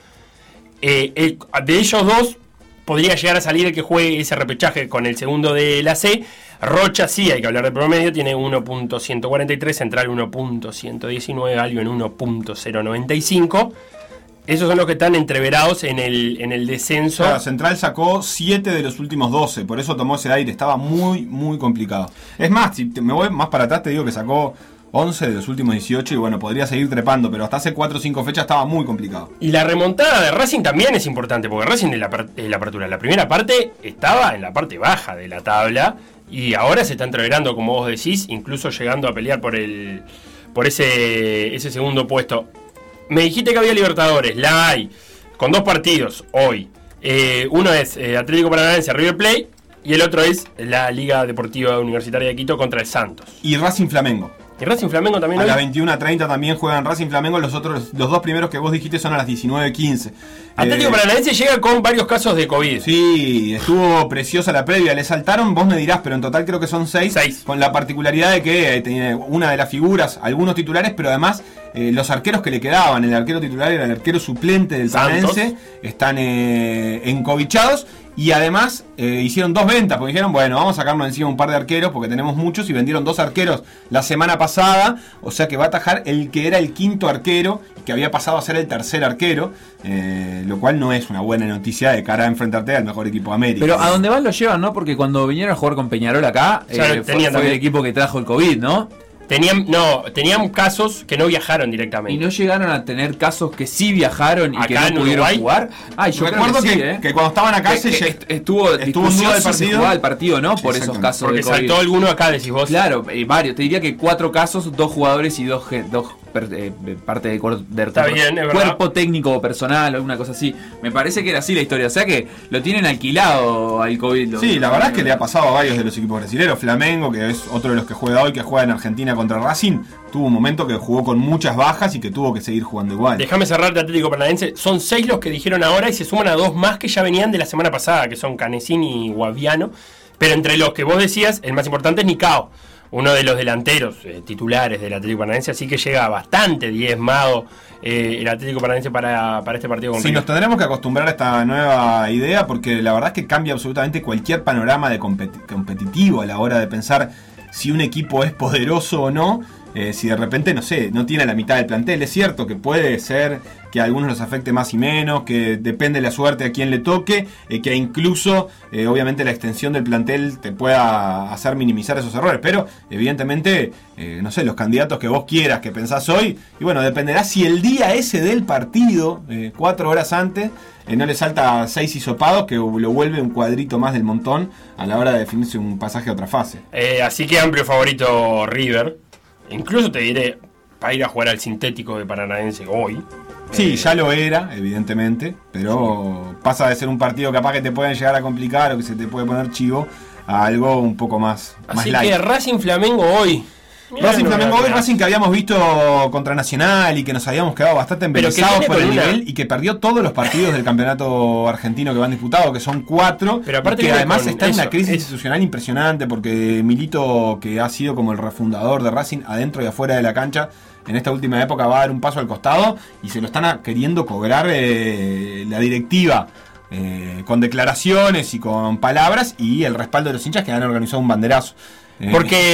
Speaker 1: Eh, el- de ellos dos podría llegar a salir el que juegue ese repechaje con el segundo de la C. Rocha sí, hay que hablar de promedio, tiene uno punto ciento cuarenta y tres, Central uno punto ciento diecinueve, Albion uno punto cero noventa y cinco. Esos son los que están entreverados en el, en el descenso.
Speaker 2: Claro, Central sacó siete de los últimos doce, por eso tomó ese aire, estaba muy, muy complicado. Es más, si te- me voy más para atrás, te digo que sacó once de los últimos dieciocho y bueno, podría seguir trepando, pero hasta hace cuatro o cinco fechas estaba muy complicado.
Speaker 1: Y la remontada de Racing también es importante, porque Racing en la, per- en la apertura, la primera parte estaba en la parte baja de la tabla y ahora se está entreverando, como vos decís, incluso llegando a pelear por el por ese, ese segundo puesto. Me dijiste que había Libertadores, la hay, con dos partidos hoy. Eh, uno es eh, Atlético Paranaense, River Plate, y el otro es la Liga Deportiva Universitaria de Quito contra el Santos.
Speaker 2: Y Racing Flamengo.
Speaker 1: Y Racing Flamengo también
Speaker 2: A
Speaker 1: hoy.
Speaker 2: las veintiuna a treinta también juegan Racing Flamengo. Los otros, los dos primeros que vos dijiste son a las diecinueve quince.
Speaker 1: Atlético
Speaker 2: Eh,
Speaker 1: Paranaense llega con varios casos de COVID.
Speaker 2: Sí, estuvo preciosa la previa. Le saltaron, vos me dirás, pero en total creo que son seis.
Speaker 1: Seis.
Speaker 2: Con la particularidad de que eh, tiene una de las figuras, algunos titulares, pero además eh, los arqueros que le quedaban, el arquero titular y el arquero suplente del
Speaker 1: Santos.
Speaker 2: Paranaense, están eh, encobichados. Y además eh, hicieron dos ventas, porque dijeron, bueno, vamos a sacarnos encima un par de arqueros, porque tenemos muchos, y vendieron dos arqueros la semana pasada, o sea que va a atajar el que era el quinto arquero, y que había pasado a ser el tercer arquero, eh, lo cual no es una buena noticia de cara a enfrentarte al mejor equipo de América.
Speaker 3: Pero a donde van lo llevan, ¿no? Porque cuando vinieron a jugar con Peñarol acá,
Speaker 1: Ya lo
Speaker 3: eh, fue,
Speaker 1: tenían
Speaker 3: fue el
Speaker 1: también.
Speaker 3: equipo que trajo el COVID, ¿no?
Speaker 1: Tenían, no, tenían casos que no viajaron directamente.
Speaker 3: Y no llegaron a tener casos que sí viajaron y
Speaker 1: Acá
Speaker 3: que no
Speaker 1: en
Speaker 3: pudieron
Speaker 1: Uruguay.
Speaker 3: jugar. Ay, yo
Speaker 2: Recuerdo
Speaker 3: creo que,
Speaker 2: que,
Speaker 3: sí, ¿eh?
Speaker 2: que cuando estaban acá
Speaker 3: Que-
Speaker 2: se
Speaker 3: que
Speaker 2: lle-
Speaker 3: est- estuvo,
Speaker 2: estuvo en
Speaker 3: discusión
Speaker 2: duda el
Speaker 3: si se
Speaker 2: partido.
Speaker 3: jugaba el partido, ¿no? Por esos
Speaker 2: Exactamente.
Speaker 3: casos
Speaker 1: Porque
Speaker 3: de COVID.
Speaker 1: saltó alguno acá, decís vos.
Speaker 3: Claro, eh, varios. Te diría que cuatro casos, dos jugadores y dos, ge- dos per- eh, parte de, cor- de
Speaker 1: Está bien, es verdad.
Speaker 3: cuerpo técnico o personal, alguna cosa así. Me parece que era así la historia. O sea que lo tienen alquilado al COVID.
Speaker 2: Sí, la verdad es que le ha pasado a varios de los equipos brasileños. Flamengo, que es otro de los que juega hoy, que juega en Argentina contra Racing, tuvo un momento que jugó con muchas bajas y que tuvo que seguir jugando igual.
Speaker 1: Déjame cerrar de Atlético Paranaense. Son seis los que dijeron ahora y se suman a dos más que ya venían de la semana pasada, que son Canesini y Guaviano. Pero entre los que vos decías, el más importante es Nicao, uno de los delanteros eh, titulares del Atlético Paranaense, así que llega bastante diezmado eh, el Atlético Paranaense para, para este partido con
Speaker 2: Sí,
Speaker 1: River.
Speaker 2: nos tendremos que acostumbrar a esta nueva idea porque la verdad es que cambia absolutamente cualquier panorama de competi- competitivo a la hora de pensar si un equipo es poderoso o no. Eh, si de repente, no sé, no tiene la mitad del plantel. Es cierto que puede ser que a algunos los afecte más y menos, que depende de la suerte a quien le toque, eh, que incluso, eh, obviamente, la extensión del plantel te pueda hacer minimizar esos errores. Pero, evidentemente, eh, no sé, los candidatos que vos quieras, que pensás hoy, y bueno, dependerá si el día ese del partido, eh, cuatro horas antes, eh, no le salta seis hisopados, que lo vuelve un cuadrito más del montón a la hora de definirse un pasaje a otra fase.
Speaker 1: Eh, así que amplio favorito River. Incluso te diré, para ir a jugar al sintético de Paranaense hoy.
Speaker 2: Sí,
Speaker 1: Eh,
Speaker 2: ya lo era, evidentemente, pero pasa de ser un partido capaz que te pueden llegar a complicar o que se te puede poner chivo a algo un poco más, más
Speaker 1: Así
Speaker 2: light.
Speaker 1: que Racing Flamengo hoy.
Speaker 2: Racing
Speaker 1: Mirá,
Speaker 2: Flamengo
Speaker 1: no,
Speaker 2: hoy,
Speaker 1: no,
Speaker 2: Racing que habíamos visto contra Nacional y que nos habíamos quedado bastante
Speaker 1: Pero que
Speaker 2: embelesados
Speaker 1: viene
Speaker 2: por el
Speaker 1: con una-
Speaker 2: nivel y que perdió todos los partidos del campeonato argentino que van disputados, que son cuatro,
Speaker 1: Pero aparte
Speaker 2: y que
Speaker 1: viene
Speaker 2: además
Speaker 1: con
Speaker 2: está en
Speaker 1: eso,
Speaker 2: una crisis
Speaker 1: es-
Speaker 2: institucional impresionante porque Milito, que ha sido como el refundador de Racing adentro y afuera de la cancha, en esta última época va a dar un paso al costado y se lo están a- queriendo cobrar eh, la directiva. Eh, con declaraciones y con palabras y el respaldo de los hinchas que han organizado un banderazo. Eh,
Speaker 1: Porque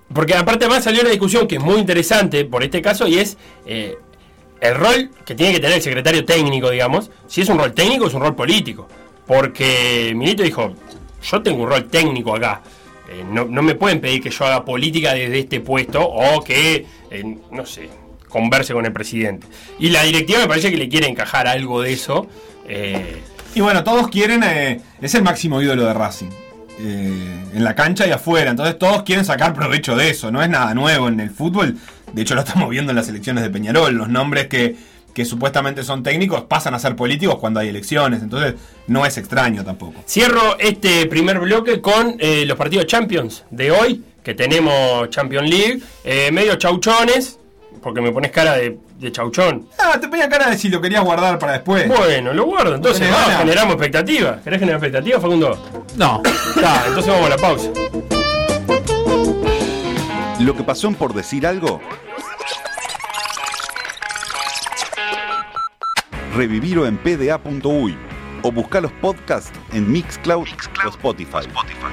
Speaker 1: Porque aparte además salió una discusión que es muy interesante por este caso y es eh, el rol que tiene que tener el secretario técnico, digamos. Si es un rol técnico o es un rol político. Porque Milito dijo, yo tengo un rol técnico acá. Eh, no, no me pueden pedir que yo haga política desde este puesto o que, eh, no sé, converse con el presidente. Y la directiva me parece que le quiere encajar algo de eso. Eh,
Speaker 2: y bueno, todos quieren, eh, es el máximo ídolo de Racing. Eh, en la cancha y afuera, entonces todos quieren sacar provecho de eso, no es nada nuevo en el fútbol, de hecho lo estamos viendo en las elecciones de Peñarol, los nombres que, que supuestamente son técnicos pasan a ser políticos cuando hay elecciones, entonces no es extraño tampoco.
Speaker 1: Cierro este primer bloque con eh, los partidos Champions de hoy, que tenemos Champions League, eh, medio chauchones, porque me pones cara de, de chauchón.
Speaker 2: Ah, te ponía cara de si lo querías guardar para después.
Speaker 1: Bueno, lo guardo, entonces vamos, generamos expectativas. ¿Querés generar expectativas, Facundo?
Speaker 3: No.
Speaker 1: Ah, entonces vamos a la pausa.
Speaker 5: Lo que pasó en Por Decir Algo, revivirlo en p d a punto u y o buscar los podcasts en Mixcloud, Mixcloud o Spotify. Spotify.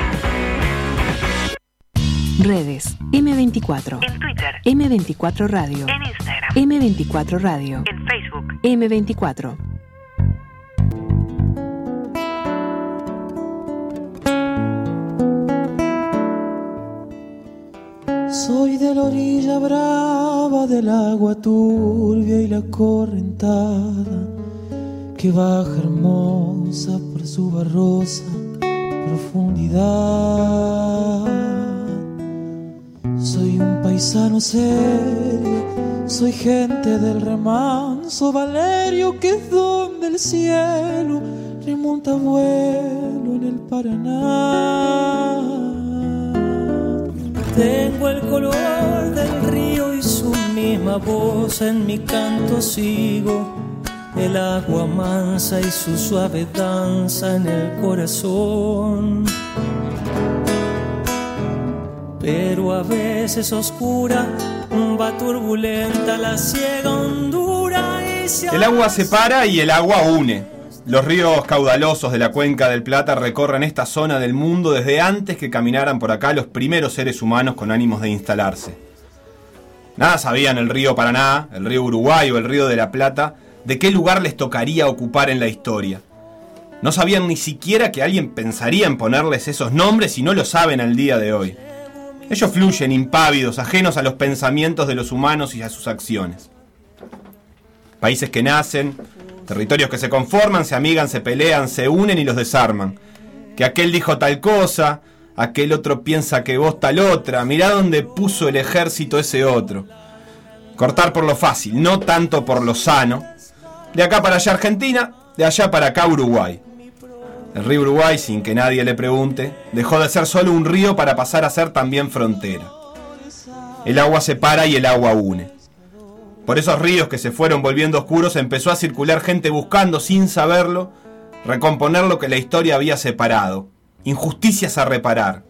Speaker 4: Redes eme veinticuatro.
Speaker 11: En Twitter.
Speaker 4: eme veinticuatro Radio.
Speaker 11: En Instagram.
Speaker 4: eme veinticuatro Radio.
Speaker 11: En Facebook.
Speaker 4: eme veinticuatro.
Speaker 12: Soy de la orilla brava del agua turbia y la correntada que baja hermosa por su barrosa profundidad. Soy un paisano serio, soy gente del remanso Valerio, que es donde el cielo remonta vuelo en el Paraná.
Speaker 13: Tengo el color del río y su misma voz, en mi canto sigo el agua mansa y su suave danza en el corazón. Pero a veces oscura, va turbulenta la ciega hondura y se
Speaker 2: El agua separa y el agua une. Los ríos caudalosos de la cuenca del Plata recorren esta zona del mundo desde antes que caminaran por acá los primeros seres humanos con ánimos de instalarse. Nada sabían el río Paraná, el río Uruguay o el río de la Plata de qué lugar les tocaría ocupar en la historia. No sabían ni siquiera que alguien pensaría en ponerles esos nombres y no lo saben al día de hoy. Ellos fluyen impávidos, ajenos a los pensamientos de los humanos y a sus acciones. Países que nacen, territorios que se conforman, se amigan, se pelean, se unen y los desarman. Que aquel dijo tal cosa, aquel otro piensa que vos tal otra, mirá dónde puso el ejército ese otro. Cortar por lo fácil, no tanto por lo sano. De acá para allá Argentina, de allá para acá Uruguay. El río Uruguay, sin que nadie le pregunte, dejó de ser solo un río para pasar a ser también frontera. El agua separa y el agua une. Por esos ríos que se fueron volviendo oscuros empezó a circular gente buscando, sin saberlo, recomponer lo que la historia había separado. Injusticias a reparar.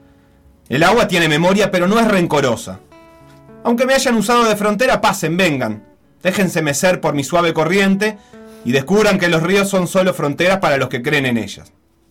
Speaker 2: El agua tiene memoria, pero no es rencorosa. Aunque me hayan usado de frontera, pasen, vengan. Déjense mecer por mi suave corriente y descubran que los ríos son solo fronteras para los que creen en ellas.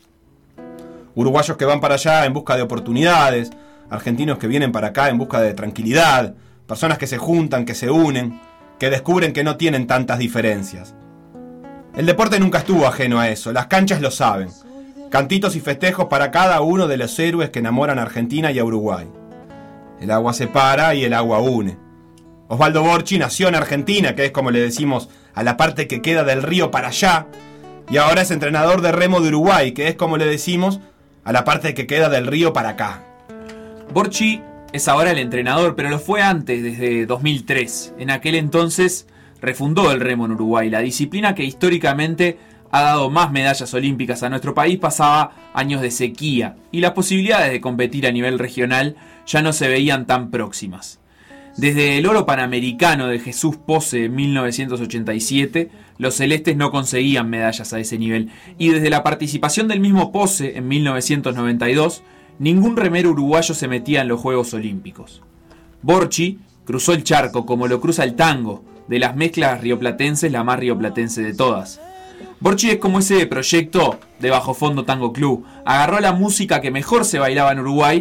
Speaker 2: Uruguayos que van para allá en busca de oportunidades, argentinos que vienen para acá en busca de tranquilidad, personas que se juntan, que se unen, que descubren que no tienen tantas diferencias. El deporte nunca estuvo ajeno a eso, las canchas lo saben. Cantitos y festejos para cada uno de los héroes que enamoran a Argentina y a Uruguay. El agua separa y el agua une. Osvaldo Borchi nació en Argentina, que es como le decimos a la parte que queda del río para allá, y ahora es entrenador de remo de Uruguay, que es como le decimos a la parte que queda del río para acá.
Speaker 3: Borchi es ahora el entrenador, pero lo fue antes, desde dos mil tres. En aquel entonces refundó el remo en Uruguay. La disciplina que históricamente ha dado más medallas olímpicas a nuestro país pasaba años de sequía y las posibilidades de competir a nivel regional ya no se veían tan próximas. Desde el oro panamericano de Jesús Pose en mil novecientos ochenta y siete, los celestes no conseguían medallas a ese nivel, y desde la participación del mismo Pose en mil novecientos noventa y dos, ningún remero uruguayo se metía en los Juegos Olímpicos. Borchi cruzó el charco como lo cruza el tango, de las mezclas rioplatenses la más rioplatense de todas. Borchi es como ese proyecto de Bajo Fondo Tango Club. Agarró la música que mejor se bailaba en Uruguay,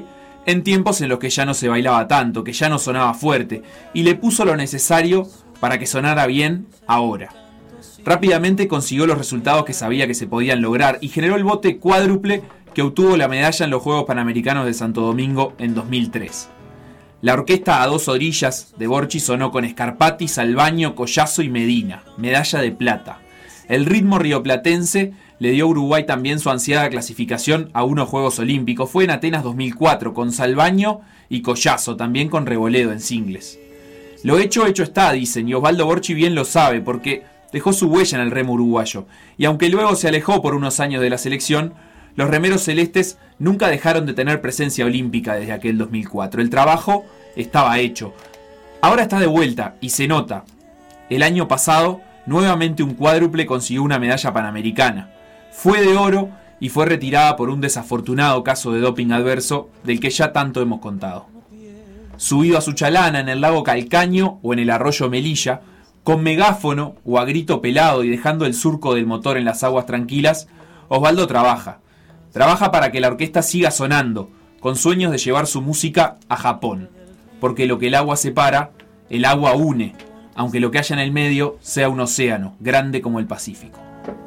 Speaker 3: en tiempos en los que ya no se bailaba tanto, que ya no sonaba fuerte, y le puso lo necesario para que sonara bien ahora. Rápidamente consiguió los resultados que sabía que se podían lograr y generó el bote cuádruple que obtuvo la medalla en los Juegos Panamericanos de Santo Domingo en dos mil tres. La orquesta a dos orillas de Borchi sonó con Scarpati, Salvaño, Collazo y Medina, medalla de plata. El ritmo rioplatense le dio a Uruguay también su ansiada clasificación a unos Juegos Olímpicos. Fue en Atenas dos mil cuatro con Salvaño y Collazo, también con Reboledo en singles. Lo hecho, hecho está, dicen, y Osvaldo Borchi bien lo sabe, porque dejó su huella en el remo uruguayo. Y aunque luego se alejó por unos años de la selección, los remeros celestes nunca dejaron de tener presencia olímpica desde aquel dos mil cuatro. El trabajo estaba hecho. Ahora está de vuelta y se nota. El año pasado, nuevamente un cuádruple consiguió una medalla panamericana. Fue de oro y fue retirada por un desafortunado caso de doping adverso del que ya tanto hemos contado. Subido a su chalana en el lago Calcaño o en el arroyo Melilla, con megáfono o a grito pelado y dejando el surco del motor en las aguas tranquilas, Osvaldo trabaja. Trabaja para que la orquesta siga sonando, con sueños de llevar su música a Japón. Porque lo que el agua separa, el agua une, aunque lo que haya en el medio sea un océano, grande como el Pacífico.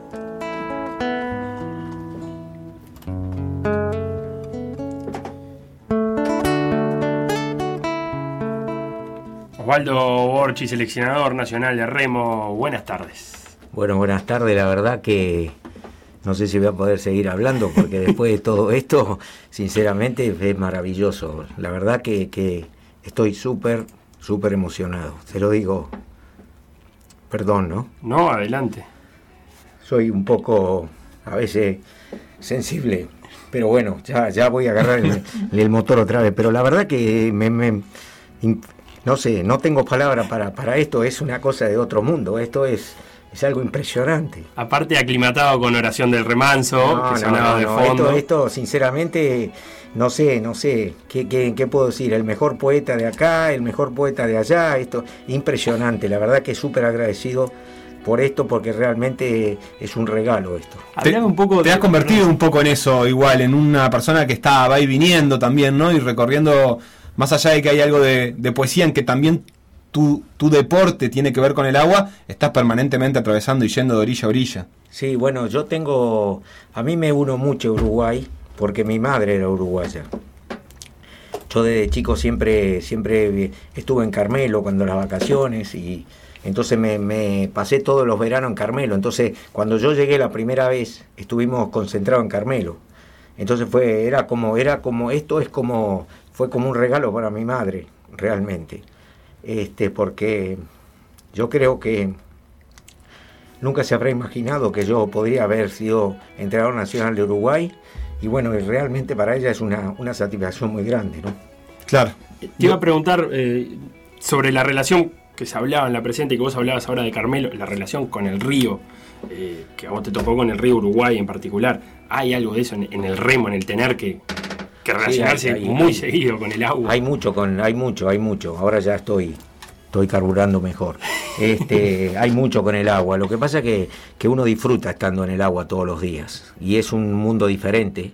Speaker 1: Osvaldo Borchi, seleccionador nacional de remo, buenas tardes.
Speaker 11: Bueno, buenas tardes, la verdad que no sé si voy a poder seguir hablando porque después de todo esto, sinceramente es maravilloso. La verdad que, que estoy súper, súper emocionado, te lo digo, perdón, ¿no?
Speaker 1: No, adelante.
Speaker 11: Soy un poco, a veces, sensible, pero bueno, ya, ya voy a agarrar el, el motor otra vez, pero la verdad que me... me no sé, no tengo palabras para, para esto, es una cosa de otro mundo, esto es, es algo impresionante.
Speaker 1: Aparte aclimatado con Oración del Remanso,
Speaker 11: no,
Speaker 1: que
Speaker 11: no,
Speaker 1: sonaba
Speaker 11: no,
Speaker 1: de
Speaker 11: no,
Speaker 1: fondo.
Speaker 11: Esto, esto, sinceramente, no sé, no sé, ¿qué, qué, ¿qué puedo decir? El mejor poeta de acá, el mejor poeta de allá, esto, impresionante, la verdad que súper agradecido por esto, porque realmente es un regalo esto.
Speaker 2: Te, un poco te has convertido un poco en eso, igual, en una persona que está va y viniendo también, ¿no? Y recorriendo... Más allá de que hay algo de, de poesía en que también tu, tu deporte tiene que ver con el agua, estás permanentemente atravesando y yendo de orilla a orilla.
Speaker 11: Sí, bueno, yo tengo... A mí me uno mucho a Uruguay, porque mi madre era uruguaya. Yo desde chico siempre, siempre estuve en Carmelo cuando las vacaciones y entonces me, me pasé todos los veranos en Carmelo. Entonces, cuando yo llegué la primera vez, estuvimos concentrados en Carmelo. Entonces fue, era como, era como, esto es como... Fue como un regalo para mi madre, realmente, este, porque yo creo que nunca se habrá imaginado que yo podría haber sido entrenador nacional de Uruguay, y bueno, realmente para ella es una, una satisfacción muy grande, ¿no?
Speaker 2: Claro.
Speaker 1: Te iba a preguntar eh, sobre la relación que se hablaba en la presente y que vos hablabas ahora de Carmelo, la relación con el río, eh, que a vos te tocó con el río Uruguay en particular. ¿Hay algo de eso en, en el remo, en el tener que... que relacionarse sí, hay, hay, muy hay, seguido con el agua?
Speaker 11: Hay mucho, con, hay mucho, hay mucho. Ahora ya estoy, estoy carburando mejor. Este, hay mucho con el agua. Lo que pasa es que, que uno disfruta estando en el agua todos los días. Y es un mundo diferente.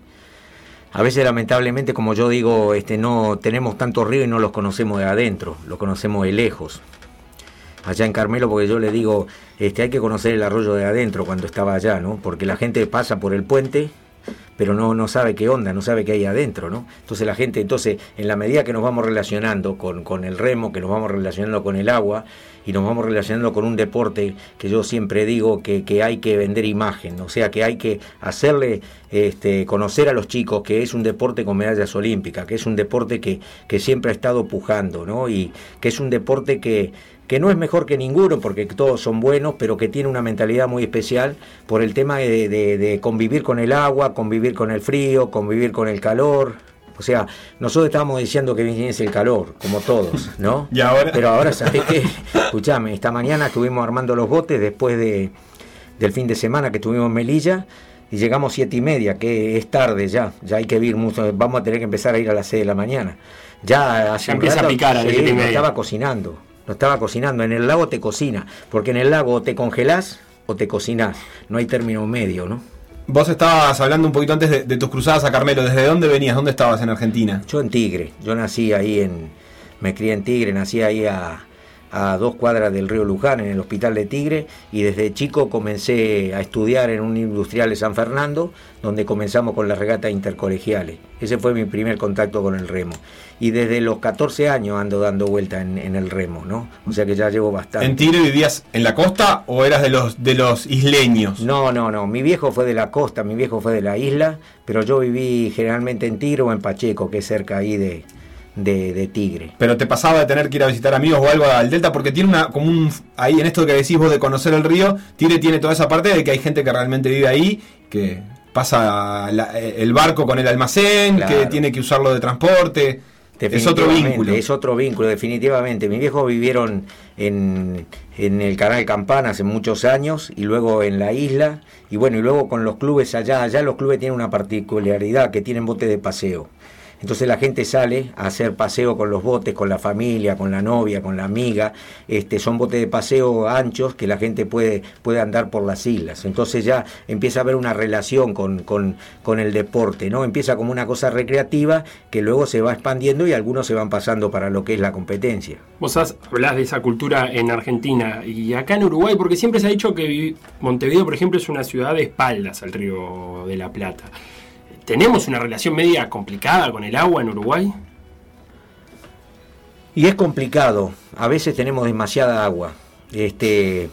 Speaker 11: A veces, lamentablemente, como yo digo, este, no tenemos tantos ríos y no los conocemos de adentro, los conocemos de lejos. Allá en Carmelo, porque yo le digo, este, hay que conocer el arroyo de adentro cuando estaba allá, ¿no? Porque la gente pasa por el puente, pero no, no sabe qué onda, no sabe qué hay adentro, ¿no? Entonces la gente, entonces, en la medida que nos vamos relacionando con, con el remo, que nos vamos relacionando con el agua, y nos vamos relacionando con un deporte que yo siempre digo que, que hay que vender imagen, o sea, que hay que hacerle este, conocer a los chicos que es un deporte con medallas olímpicas, que es un deporte que, que siempre ha estado pujando, ¿no? Y que es un deporte que... que no es mejor que ninguno, porque todos son buenos, pero que tiene una mentalidad muy especial por el tema de, de, de convivir con el agua, convivir con el frío, convivir con el calor. O sea, nosotros estábamos diciendo que viniese el calor, como todos, ¿no?
Speaker 2: ¿Y ahora?
Speaker 11: Pero ahora, ¿sabés qué? Escuchame, esta mañana estuvimos armando los botes después de, del fin de semana que estuvimos en Melilla, y llegamos siete y media, que es tarde ya, ya hay que ir mucho, vamos a tener que empezar a ir a las seis de la mañana. Ya hace
Speaker 1: ya
Speaker 11: un
Speaker 1: empieza
Speaker 11: rato,
Speaker 1: a picar a las
Speaker 11: sí,
Speaker 1: siete y media.
Speaker 11: estaba cocinando. No estaba cocinando, en el lago te cocina, porque en el lago o te congelás o te cocinás, no hay término medio, ¿no?
Speaker 2: Vos estabas hablando un poquito antes de, de tus cruzadas a Carmelo. ¿Desde dónde venías? ¿Dónde estabas en Argentina?
Speaker 11: Yo en Tigre. Yo nací ahí en... Me crié en Tigre, nací ahí a, a dos cuadras del río Luján, en el hospital de Tigre, y desde chico comencé a estudiar en un industrial de San Fernando, donde comenzamos con las regatas intercolegiales. Ese fue mi primer contacto con el remo. Y desde los catorce años ando dando vuelta en, en el remo, ¿no? O sea que ya llevo bastante.
Speaker 2: ¿En Tigre vivías en la costa o eras de los de los isleños?
Speaker 11: No, no, no. Mi viejo fue de la costa, mi viejo fue de la isla, pero yo viví generalmente en Tigre o en Pacheco, que es cerca ahí de, de, de Tigre.
Speaker 2: ¿Pero te pasaba de tener que ir a visitar amigos o algo al Delta? Porque tiene una, como un, ahí en esto que decís vos de conocer el río, Tigre tiene toda esa parte de que hay gente que realmente vive ahí, que pasa la, el barco con el almacén, claro, que tiene que usarlo de transporte. Es otro vínculo.
Speaker 11: Es otro vínculo, definitivamente. Mis viejos vivieron en, en el Canal Campana hace muchos años y luego en la isla. Y bueno, y luego con los clubes allá. Allá los clubes tienen una particularidad, que tienen botes de paseo. Entonces la gente sale a hacer paseo con los botes, con la familia, con la novia, con la amiga. Este, son botes de paseo anchos que la gente puede, puede andar por las islas. Entonces ya empieza a haber una relación con, con, con el deporte, ¿no? Empieza como una cosa recreativa que luego se va expandiendo y algunos se van pasando para lo que es la competencia.
Speaker 1: Vos hablás de esa cultura en Argentina y acá en Uruguay, porque siempre se ha dicho que Montevideo, por ejemplo, es una ciudad de espaldas al Río de la Plata. ¿Tenemos una relación media complicada con el agua en Uruguay?
Speaker 11: Y es complicado. A veces tenemos demasiada agua. Este,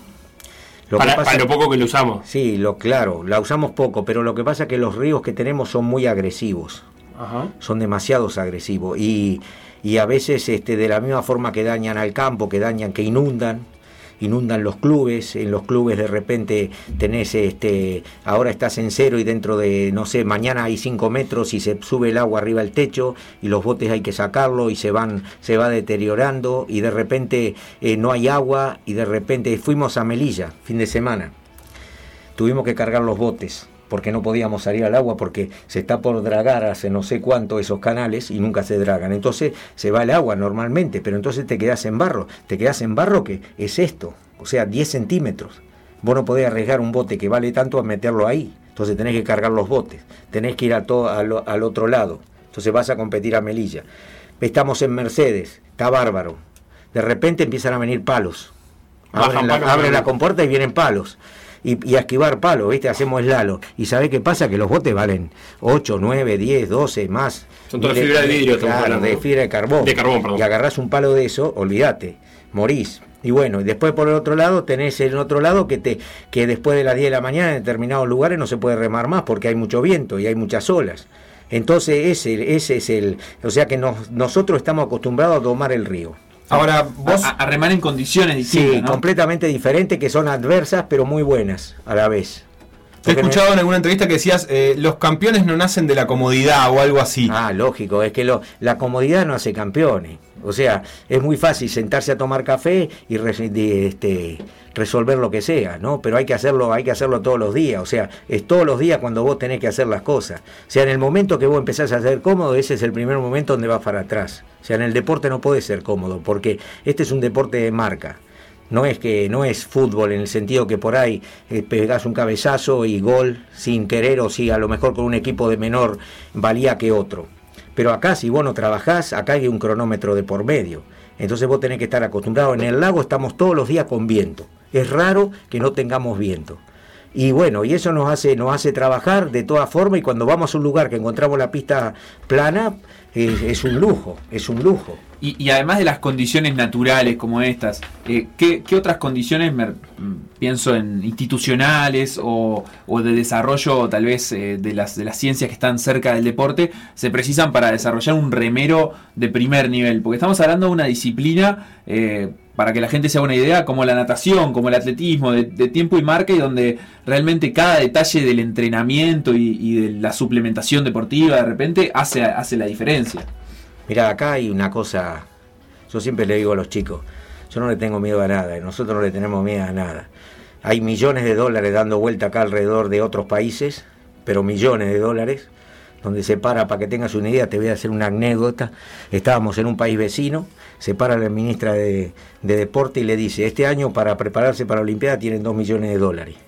Speaker 1: lo para, que pasa, para lo poco que lo usamos.
Speaker 11: Sí, lo claro, la usamos poco, pero lo que pasa es que los ríos que tenemos son muy agresivos. Ajá. Son demasiados agresivos. Y, y a veces este, de la misma forma que dañan al campo, que dañan, que inundan, inundan los clubes. En los clubes de repente tenés, este, ahora estás en cero y dentro de, no sé, mañana hay cinco metros y se sube el agua arriba del techo y los botes hay que sacarlo y se van, se va deteriorando y de repente eh, no hay agua y de repente fuimos a Melilla, fin de semana. Tuvimos que cargar los botes porque no podíamos salir al agua porque se está por dragar hace no sé cuánto esos canales y nunca se dragan. Entonces se va el agua normalmente, pero entonces te quedás en barro. Te quedás en barro que es esto, o sea, diez centímetros. Vos no podés arriesgar un bote que vale tanto a meterlo ahí. Entonces tenés que cargar los botes, tenés que ir a todo, al, al otro lado. Entonces vas a competir a Melilla. Estamos en Mercedes, está bárbaro. De repente empiezan a venir palos. Abren la, abren la compuerta y vienen palos. Y, y a esquivar palos, ¿viste? Hacemos slalom. ¿Y sabés qué pasa? Que los botes valen ocho, nueve, diez, doce, más.
Speaker 1: Son todas fibras de vidrio.
Speaker 11: Claro, de fibra de carbón.
Speaker 1: De carbón, perdón.
Speaker 11: Y agarrás un palo de eso, olvídate, morís. Y bueno, y después por el otro lado tenés el otro lado que te que después de las diez de la mañana en determinados lugares no se puede remar más porque hay mucho viento y hay muchas olas. Entonces ese, ese es el... O sea que nos, nosotros estamos acostumbrados a domar el río.
Speaker 3: Ahora, vos... A, a remar en condiciones distintas,
Speaker 11: sí,
Speaker 3: ¿no?
Speaker 11: Completamente diferentes, que son adversas, pero muy buenas a la vez.
Speaker 2: Te he escuchado no... en alguna entrevista que decías, eh, los campeones no nacen de la comodidad o algo así.
Speaker 11: Ah, lógico, es que lo, la comodidad no hace campeones. O sea, es muy fácil sentarse a tomar café y re, de, este, resolver lo que sea, ¿no? Pero hay que hacerlo, hay que hacerlo todos los días. O sea, es todos los días cuando vos tenés que hacer las cosas. O sea, en el momento que vos empezás a ser cómodo, ese es el primer momento donde vas para atrás. O sea, en el deporte no podés ser cómodo, porque este es un deporte de marca. No es que no es fútbol en el sentido que por ahí eh, pegás un cabezazo y gol sin querer, o si a lo mejor con un equipo de menor valía que otro. Pero acá, si vos no trabajás, acá hay un cronómetro de por medio. Entonces vos tenés que estar acostumbrado. En el lago estamos todos los días con viento. Es raro que no tengamos viento. Y bueno, y eso nos hace, nos hace trabajar de todas formas, y cuando vamos a un lugar que encontramos la pista plana, es, es un lujo, es un lujo.
Speaker 3: Y, y además de las condiciones naturales como estas, eh, ¿qué, ¿qué otras condiciones, me, pienso en institucionales o, o de desarrollo tal vez eh, de, las, de las ciencias que están cerca del deporte, se precisan para desarrollar un remero de primer nivel? Porque estamos hablando de una disciplina, eh, para que la gente se haga una idea, como la natación, como el atletismo, de, de tiempo y marca, y donde realmente cada detalle del entrenamiento y, y de la suplementación deportiva de repente hace, hace la diferencia.
Speaker 11: Mirá, acá hay una cosa, yo siempre le digo a los chicos, yo no le tengo miedo a nada, y nosotros no le tenemos miedo a nada. Hay millones de dólares dando vuelta acá alrededor de otros países, pero millones de dólares, donde se para, para que tengas una idea, te voy a hacer una anécdota. Estábamos en un país vecino, se para la ministra de, de Deporte y le dice, este año para prepararse para la Olimpiada tienen dos millones de dólares.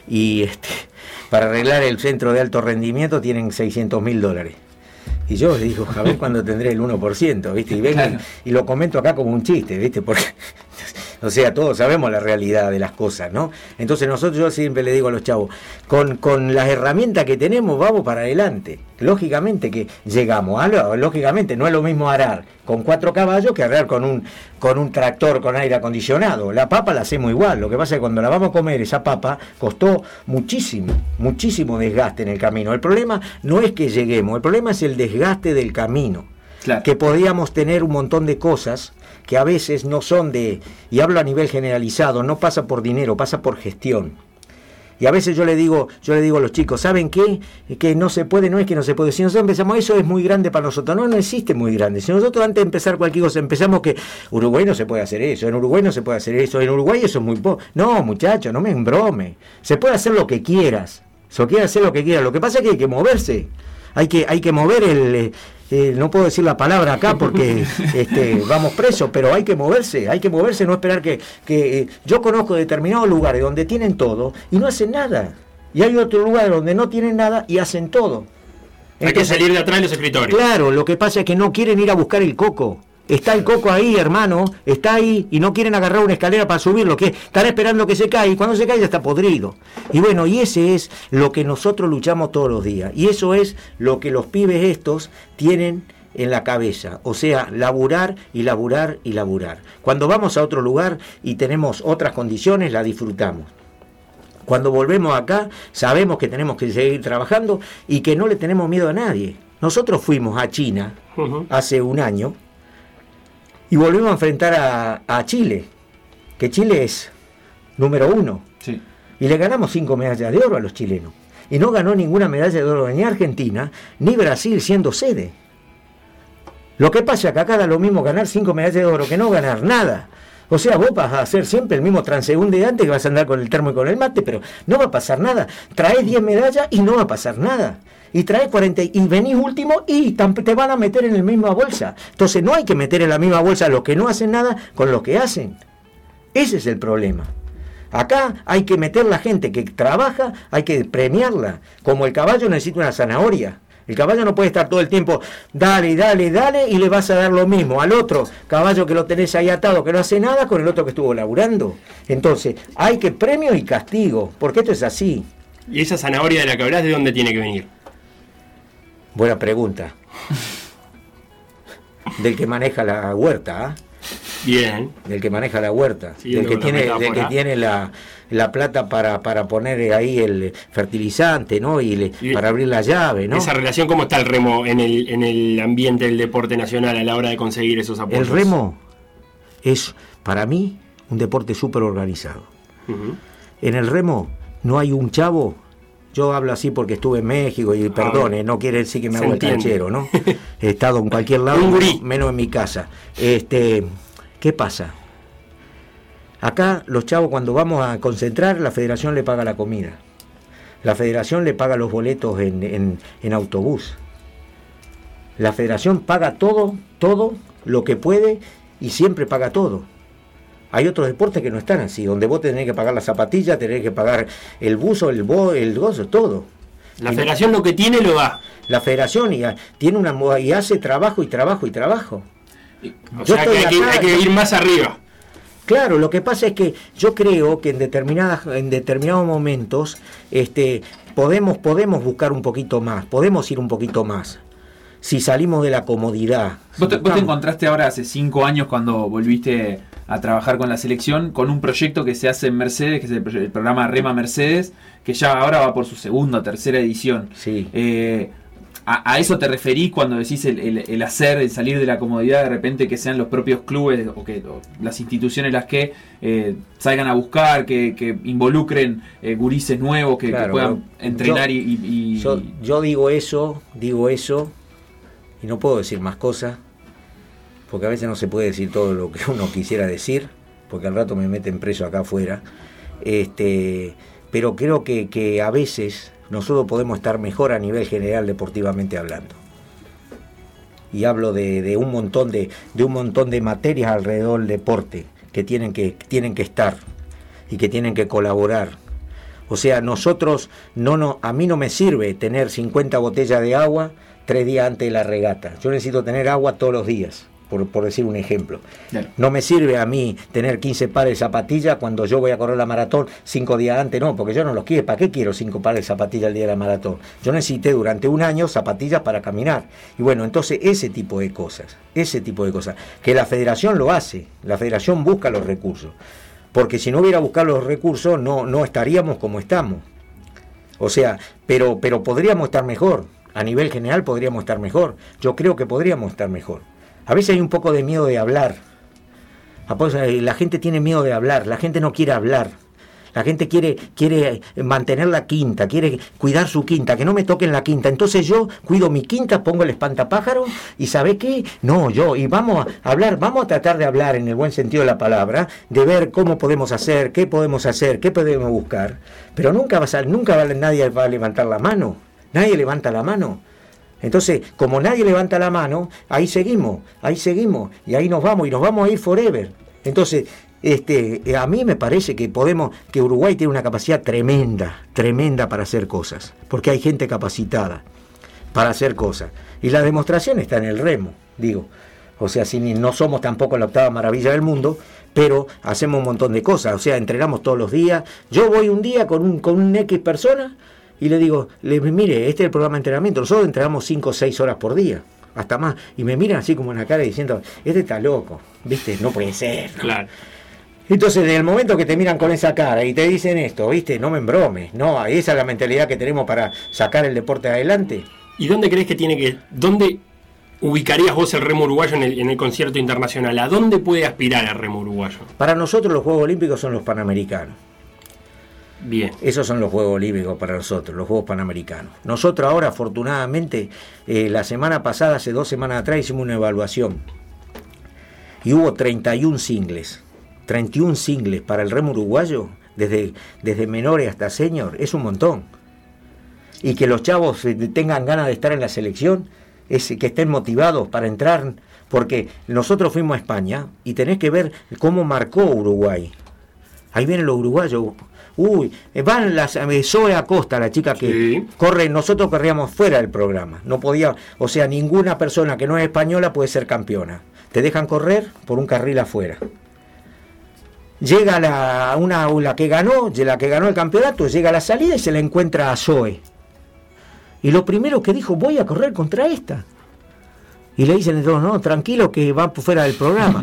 Speaker 11: y este, para arreglar el centro de alto rendimiento tienen seiscientos mil dólares. Y yo les digo, a ver cuándo tendré el uno por ciento, ¿viste? Y vengan, claro. Y lo comento acá como un chiste, ¿viste? Porque, o sea, todos sabemos la realidad de las cosas, ¿no? Entonces nosotros, yo siempre le digo a los chavos, con, con las herramientas que tenemos, vamos para adelante. Lógicamente que llegamos, a, lógicamente no es lo mismo arar con cuatro caballos que arar con un, con un tractor con aire acondicionado. La papa la hacemos igual, lo que pasa es que cuando la vamos a comer, esa papa costó muchísimo, muchísimo desgaste en el camino. El problema no es que lleguemos, el problema es el desgaste del camino. Claro. Que podíamos tener un montón de cosas que a veces no son de, y hablo a nivel generalizado, no pasa por dinero, pasa por gestión. Y a veces yo le digo, yo le digo a los chicos, ¿saben qué? Que no se puede, no es que no se puede. Si nosotros empezamos, eso es muy grande para nosotros. No, no existe muy grande. Si nosotros antes de empezar cualquier cosa empezamos que Uruguay no se puede hacer eso, en Uruguay no se puede hacer eso, en Uruguay eso es muy poco. No, muchachos, no me embrome. Se puede hacer lo que quieras. Se puede hacer lo que quieras. Lo que pasa es que hay que moverse. Hay que, hay que mover el... Eh, no puedo decir la palabra acá porque este, vamos presos, pero hay que moverse, hay que moverse, no esperar que... que eh, yo conozco determinados lugares donde tienen todo y no hacen nada. Y hay otros lugares donde no tienen nada y hacen todo.
Speaker 1: Entonces, hay que salir de atrás de los escritorios.
Speaker 11: Claro, lo que pasa es que no quieren ir a buscar el coco. Está el coco ahí, hermano, está ahí y no quieren agarrar una escalera para subirlo, que están esperando que se caiga y cuando se cae ya está podrido. Y bueno, y ese es lo que nosotros luchamos todos los días. Y eso es lo que los pibes estos tienen en la cabeza. O sea, laburar y laburar y laburar. Cuando vamos a otro lugar y tenemos otras condiciones, la disfrutamos. Cuando volvemos acá, sabemos que tenemos que seguir trabajando y que no le tenemos miedo a nadie. Nosotros fuimos a China uh-huh. hace un año y volvimos a enfrentar a, a Chile, que Chile es número uno. Sí. Y le ganamos cinco medallas de oro a los chilenos. Y no ganó ninguna medalla de oro ni Argentina, ni Brasil siendo sede. Lo que pasa es que acá da lo mismo ganar cinco medallas de oro que no ganar nada. O sea, vos vas a hacer siempre el mismo transeúnte de antes, que vas a andar con el termo y con el mate, pero no va a pasar nada. Traes diez medallas y no va a pasar nada. Y traes cuarenta y venís último y te van a meter en la misma bolsa. Entonces no hay que meter en la misma bolsa a los que no hacen nada con los que hacen. Ese es el problema. Acá hay que meter la gente que trabaja, hay que premiarla. Como el caballo necesita una zanahoria. El caballo no puede estar todo el tiempo, dale, dale, dale, y le vas a dar lo mismo al otro caballo que lo tenés ahí atado, que no hace nada, con el otro que estuvo laburando. Entonces, hay que premio y castigo, porque esto es así.
Speaker 1: ¿Y esa zanahoria de la que hablas, de dónde tiene que venir?
Speaker 11: Buena pregunta. Del que maneja la huerta, ¿eh?
Speaker 1: Bien.
Speaker 11: Del que maneja la huerta, sí, del que tiene, del que tiene la, la plata para, para poner ahí el fertilizante, ¿no? Y, le, y para abrir la llave, ¿no?
Speaker 1: Esa relación, ¿cómo está el remo en el, en el ambiente del deporte nacional a la hora de conseguir esos apoyos?
Speaker 11: El remo es, para mí, un deporte súper organizado. Uh-huh. En el remo no hay un chavo. Yo hablo así porque estuve en México y perdone, no quiere decir que me hago el canchero, ¿no? He estado en cualquier lado, menos en mi casa. Este, ¿qué pasa? Acá los chavos cuando vamos a concentrar, la federación le paga la comida. La federación le paga los boletos en, en, en autobús. La federación paga todo, todo lo que puede y siempre paga todo. Hay otros deportes que no están así, donde vos tenés que pagar la zapatilla, tenés que pagar el buzo, el bo, el gozo, todo.
Speaker 1: La y federación no, lo que tiene lo da.
Speaker 11: La federación y, tiene una y hace trabajo y trabajo y trabajo.
Speaker 1: Y, o yo sea que hay, acá, que hay que ir más arriba.
Speaker 11: Claro, lo que pasa es que yo creo que en determinadas, en determinados momentos, este, podemos, podemos buscar un poquito más, podemos ir un poquito más. Si salimos de la comodidad.
Speaker 3: ¿Vos te, vos te encontraste ahora hace cinco años cuando volviste a trabajar con la selección con un proyecto que se hace en Mercedes, que es el, el programa Rema Mercedes, que ya ahora va por su segunda o tercera edición?
Speaker 11: Sí.
Speaker 3: Eh, a, a eso te referís cuando decís el, el, el hacer, el salir de la comodidad, de repente que sean los propios clubes o que o las instituciones las que eh, salgan a buscar, que, que involucren eh, gurises nuevos, que, claro, que puedan entrenar
Speaker 11: yo,
Speaker 3: y, y...
Speaker 11: Yo, yo digo eso, digo eso, y no puedo decir más cosas, porque a veces no se puede decir todo lo que uno quisiera decir, porque al rato me meten preso acá afuera. Este, pero creo que, que a veces nosotros podemos estar mejor a nivel general deportivamente hablando. Y hablo de, de un montón de, de un montón de materias alrededor del deporte que tienen que, tienen que estar y que tienen que colaborar. O sea, nosotros, no, no, a mí no me sirve tener cincuenta botellas de agua tres días antes de la regata. Yo necesito tener agua todos los días, por, por decir un ejemplo. Claro. No me sirve a mí tener quince pares de zapatillas cuando yo voy a correr la maratón cinco días antes, no, porque yo no los quiero. ¿Para qué quiero cinco pares de zapatillas el día de la maratón? Yo necesité durante un año zapatillas para caminar. Y bueno, entonces ese tipo de cosas, ese tipo de cosas, que la federación lo hace, la federación busca los recursos. Porque si no hubiera buscado los recursos, no, no estaríamos como estamos. O sea, pero, pero podríamos estar mejor. A nivel general podríamos estar mejor. Yo creo que podríamos estar mejor. A veces hay un poco de miedo de hablar. La gente tiene miedo de hablar. La gente no quiere hablar. La gente quiere, quiere mantener la quinta, quiere cuidar su quinta, que no me toquen la quinta. Entonces yo cuido mi quinta, pongo el espantapájaro y ¿sabe qué? No, yo, y vamos a hablar, vamos a tratar de hablar en el buen sentido de la palabra, de ver cómo podemos hacer, qué podemos hacer, qué podemos buscar. Pero nunca va a, nunca va, nadie va a levantar la mano, nadie levanta la mano. Entonces, como nadie levanta la mano, ahí seguimos, ahí seguimos, y ahí nos vamos, y nos vamos a ir forever. Entonces, Este, a mí me parece que podemos, que Uruguay tiene una capacidad tremenda, tremenda para hacer cosas, porque hay gente capacitada para hacer cosas. Y la demostración está en el remo, digo. O sea, si no somos tampoco la octava maravilla del mundo, pero hacemos un montón de cosas. O sea, entrenamos todos los días. Yo voy un día con un, con un X persona y le digo, le, mire, este es el programa de entrenamiento. Nosotros entrenamos cinco o seis horas por día, hasta más. Y me miran así como en la cara diciendo, este está loco, ¿viste? No puede ser, ¿no? Claro. Entonces, en el momento que te miran con esa cara y te dicen esto, ¿viste? No me embromes, no, esa es la mentalidad que tenemos para sacar el deporte adelante.
Speaker 1: ¿Y dónde crees que tiene que, dónde ubicarías vos el remo uruguayo en el, en el concierto internacional? ¿A dónde puede aspirar el remo uruguayo?
Speaker 11: Para nosotros los Juegos Olímpicos son los Panamericanos.
Speaker 1: Bien.
Speaker 11: Esos son los Juegos Olímpicos para nosotros, los Juegos Panamericanos. Nosotros ahora, afortunadamente, eh, la semana pasada, hace dos semanas atrás, hicimos una evaluación. Y hubo treinta y un singles. treinta y un singles para el remo uruguayo, desde, desde menores hasta senior, es un montón. Y que los chavos tengan ganas de estar en la selección, es, que estén motivados para entrar, porque nosotros fuimos a España y tenés que ver cómo marcó Uruguay. Ahí vienen los uruguayos. Uy, van las Zoe Acosta, la chica que sí. corre, nosotros corríamos fuera del programa. No podía, o sea, ninguna persona que no es española puede ser campeona. Te dejan correr por un carril afuera. Llega la, una, la que ganó, la que ganó el campeonato, llega a la salida y se la encuentra a Zoe. Y lo primero que dijo, voy a correr contra esta. Y le dicen entonces, no, tranquilo que va fuera del programa.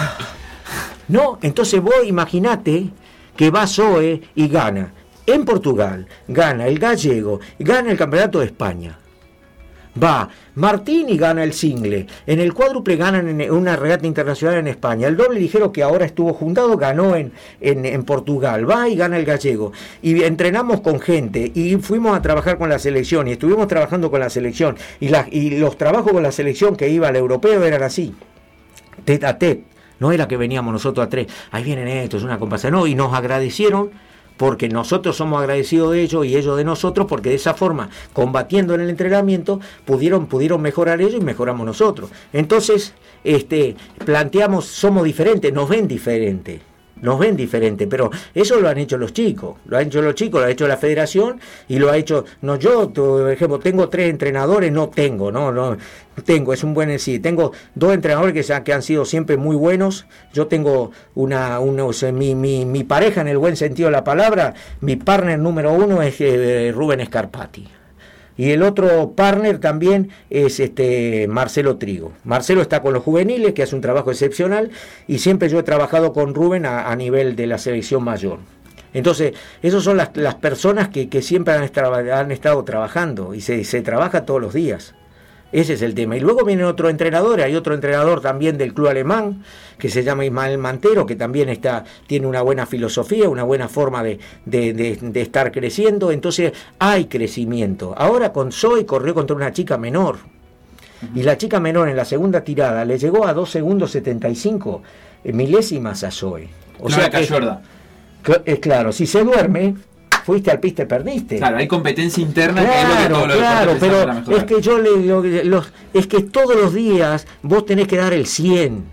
Speaker 11: No, entonces vos imaginate que va Zoe y gana en Portugal, gana el gallego, gana el campeonato de España. Va Martín y gana el single. En el cuádruple ganan en una regata internacional en España. El doble ligero, que ahora estuvo juntado, ganó en, en, en Portugal. Va y gana el gallego. Y entrenamos con gente y fuimos a trabajar con la selección y estuvimos trabajando con la selección. Y, la, y los trabajos con la selección que iba al europeo eran así, tete a tete. No era que veníamos nosotros a tres, ahí vienen estos, una comparsa. No, y nos agradecieron, porque nosotros somos agradecidos de ellos y ellos de nosotros, porque de esa forma, combatiendo en el entrenamiento, pudieron, pudieron mejorar ellos y mejoramos nosotros. Entonces, este, planteamos, somos diferentes, nos ven diferentes, nos ven diferentes, pero eso lo han hecho los chicos, lo han hecho los chicos, lo ha hecho la federación y lo ha hecho, no yo, por ejemplo, tengo tres entrenadores, no tengo, no, no, tengo, es un buen sí, tengo dos entrenadores que, se, que han sido siempre muy buenos. Yo tengo una, una o sea, mi, mi, mi pareja en el buen sentido de la palabra, mi partner número uno es eh, Rubén Scarpati. Y el otro partner también es este Marcelo Trigo. Marcelo está con los juveniles, que hace un trabajo excepcional, y siempre yo he trabajado con Rubén a, a nivel de la selección mayor. Entonces, esas son las, las personas que, que siempre han, estra, han estado trabajando, y se, se trabaja todos los días. Ese es el tema. Y luego vienen otros entrenadores, hay otro entrenador también del club alemán, que se llama Ismael Mantero, que también está, tiene una buena filosofía, una buena forma de, de, de, de estar creciendo. Entonces hay crecimiento. Ahora con Zoe corrió contra una chica menor. Uh-huh. Y la chica menor en la segunda tirada le llegó a dos segundos setenta y cinco milésimas a Zoe. O
Speaker 3: no
Speaker 11: sea
Speaker 3: que,
Speaker 11: es claro, si se duerme, fuiste al piste, perdiste.
Speaker 3: Claro, hay competencia interna,
Speaker 11: claro,
Speaker 3: que es lo que todos los
Speaker 11: claro, pero
Speaker 3: es
Speaker 11: que yo le lo, los, es que todos los días vos tenés que dar el cien.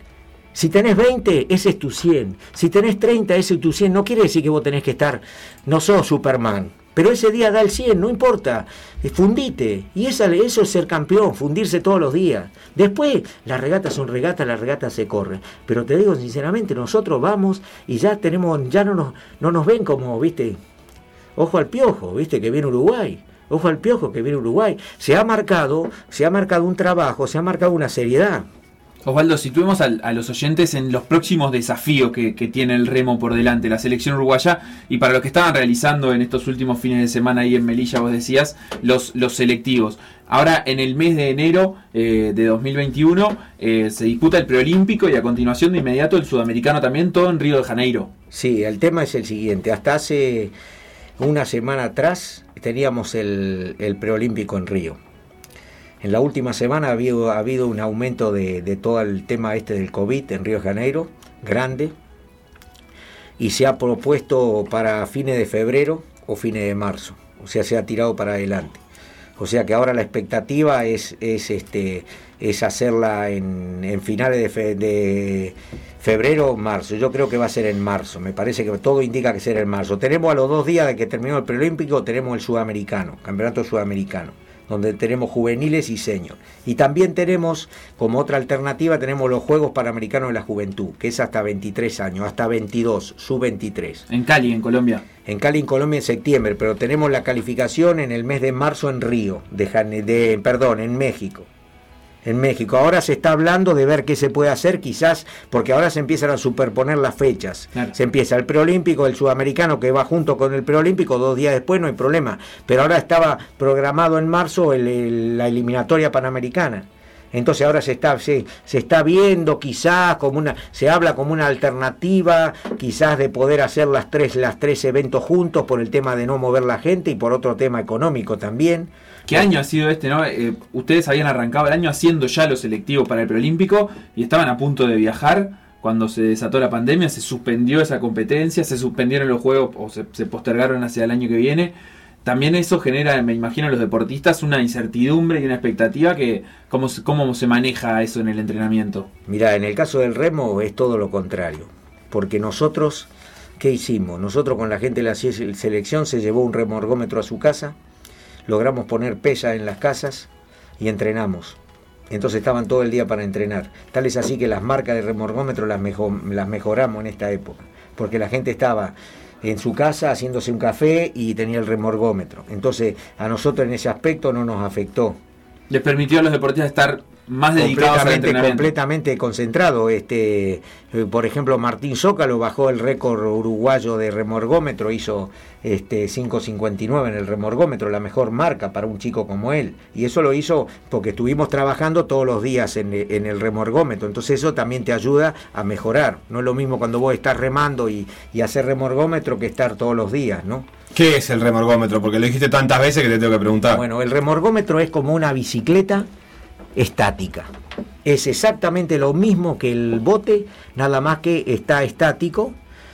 Speaker 11: Si tenés veinte, ese es tu cien. Si tenés treinta, ese es tu cien. No quiere decir que vos tenés que estar, no sos Superman, pero ese día da el cien, no importa. Fundite. Y esa, eso es ser campeón, fundirse todos los días. Después, las regatas son regatas, las regatas se corren. Pero te digo sinceramente, nosotros vamos y ya tenemos, ya no nos, no nos ven como, viste, ojo al piojo, viste, que viene Uruguay. Ojo al piojo que viene Uruguay. Se ha marcado, se ha marcado un trabajo, se ha marcado una seriedad.
Speaker 3: Osvaldo, situemos a, a los oyentes en los próximos desafíos que, que tiene el remo por delante, la selección uruguaya, y para los que estaban realizando en estos últimos fines de semana ahí en Melilla, vos decías, los, los selectivos. Ahora, en el mes de enero eh, de dos mil veintiuno, eh, se disputa el preolímpico y a continuación de inmediato el sudamericano también, todo en Río de Janeiro. Sí, el tema es el siguiente. Hasta hace una semana atrás teníamos el, el preolímpico en Río. En la última semana ha habido, ha habido un aumento de, de todo el tema este del COVID en Río de Janeiro, grande, y se ha propuesto para fines de febrero o fines de marzo, o sea, se ha tirado para adelante. O sea que ahora la expectativa es, es, este, es hacerla en, en finales de, fe, de febrero o marzo. Yo creo que va a ser en marzo, me parece que todo indica que será en marzo. Tenemos a los dos días de que terminó el preolímpico, tenemos el sudamericano, campeonato sudamericano, donde tenemos juveniles y senior. Y también tenemos, como otra alternativa, tenemos los Juegos Panamericanos de la Juventud, que es hasta veintitrés años, hasta veintidós, sub veintitrés. En Cali, en Colombia.
Speaker 11: En Cali, en Colombia, en septiembre, pero tenemos la calificación en el mes de marzo en Río, de, de perdón, en México. En México. Ahora se está hablando de ver qué se puede hacer, quizás, porque ahora se empiezan a superponer las fechas. Claro. Se empieza el preolímpico, el sudamericano que va junto con el preolímpico, dos días después no hay problema. Pero ahora estaba programado en marzo el, el, la eliminatoria panamericana. Entonces ahora se está, se, se está viendo quizás como una, se habla como una alternativa, quizás de poder hacer las tres, las tres eventos juntos por el tema de no mover la gente y por otro tema económico también.
Speaker 3: ¿Qué año ha sido este, no? Eh, ustedes habían arrancado el año haciendo ya los selectivos para el preolímpico y estaban a punto de viajar cuando se desató la pandemia, se suspendió esa competencia, se suspendieron los juegos o se, se postergaron hacia el año que viene. También eso genera, me imagino, a los deportistas una incertidumbre y una expectativa que ¿cómo, cómo se maneja eso en el entrenamiento?
Speaker 11: Mirá, en el caso del remo es todo lo contrario, porque nosotros, ¿qué hicimos? Nosotros con la gente de la selección se llevó un remorgómetro a su casa, logramos poner pesa en las casas y entrenamos. Entonces estaban todo el día para entrenar. Tal es así que las marcas de remorgómetro las, mejor, las mejoramos en esta época, porque la gente estaba en su casa haciéndose un café y tenía el remorgómetro. Entonces a nosotros en ese aspecto no nos afectó.
Speaker 3: Les permitió a los deportistas estar más dedicados al entrenamiento.
Speaker 11: Completamente concentrado. Este, por ejemplo, Martín Zócalo bajó el récord uruguayo de remorgómetro, hizo este, cinco cincuenta y nueve en el remorgómetro, la mejor marca para un chico como él. Y eso lo hizo porque estuvimos trabajando todos los días en, en el remorgómetro. Entonces eso también te ayuda a mejorar. No es lo mismo cuando vos estás remando y, y hacer remorgómetro que estar todos los días, ¿no?
Speaker 2: ¿Qué es el remorgómetro? Porque lo dijiste tantas veces que te tengo que preguntar.
Speaker 11: Bueno, el remorgómetro es como una bicicleta estática. Es exactamente lo mismo que el bote, nada más que está estático.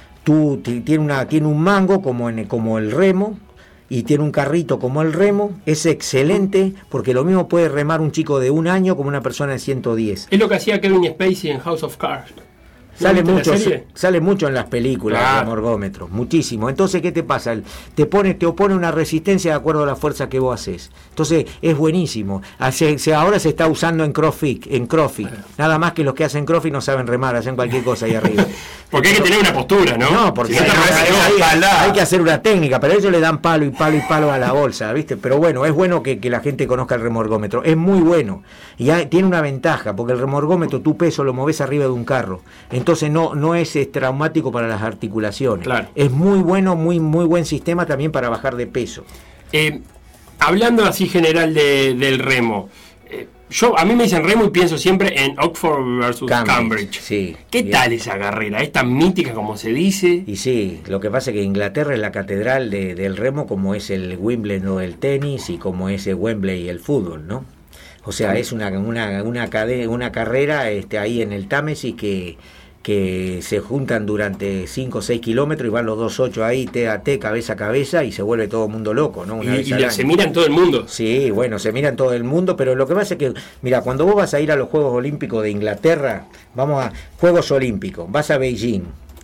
Speaker 11: Tú tiene una tiene un mango como en como el remo y tiene un carrito como el remo. Es excelente porque lo mismo puede remar un chico de un año como una persona de ciento diez.
Speaker 1: Es lo que hacía Kevin Spacey en House of Cards.
Speaker 11: Sale mucho, sale mucho en las películas, claro. El remorgómetro, muchísimo. Entonces, ¿qué te pasa? Te pone, te opone una resistencia de acuerdo a la fuerza que vos haces. Entonces, es buenísimo. Hace, se, ahora se está usando en CrossFit, en CrossFit. Nada más que los que hacen CrossFit no saben remar, hacen cualquier cosa ahí arriba.
Speaker 1: Porque hay que tener una postura, ¿no?
Speaker 11: No, porque si hay, hay, hay, hay que hacer una técnica, pero ellos le dan palo y palo y palo a la bolsa, ¿viste? Pero bueno, es bueno que, que la gente conozca el remorgómetro. Es muy bueno. Y hay, tiene una ventaja, porque el remorgómetro, tu peso lo moves arriba de un carro. Entonces no, no es, es traumático para las articulaciones. Claro. Es muy bueno, muy, muy buen sistema también para bajar de peso.
Speaker 1: Eh, hablando así general de, del remo, eh, yo a mí me dicen remo y pienso siempre en Oxford versus Cambridge. Cambridge.
Speaker 11: Sí,
Speaker 1: ¿Qué bien. Tal esa carrera? ¿Es tan mítica como se dice?
Speaker 11: Y sí, lo que pasa es que Inglaterra es la catedral de, del remo, como es el Wimbledon el tenis y como es el Wembley el fútbol, ¿no? O sea, es una, una, una, cadena, una carrera este, ahí en el Támesis que, que se juntan durante cinco o seis kilómetros y van los dos ocho ahí, te a te, cabeza a cabeza, y se vuelve todo el mundo loco, ¿no? Una
Speaker 1: y
Speaker 11: vez
Speaker 1: y
Speaker 11: al
Speaker 1: la-
Speaker 11: año.
Speaker 1: se mira en todo el mundo.
Speaker 11: Sí, bueno, se mira en todo el mundo, pero lo que pasa es que, mira, cuando vos vas a ir a los Juegos Olímpicos de Inglaterra, vamos a Juegos Olímpicos, vas a Beijing,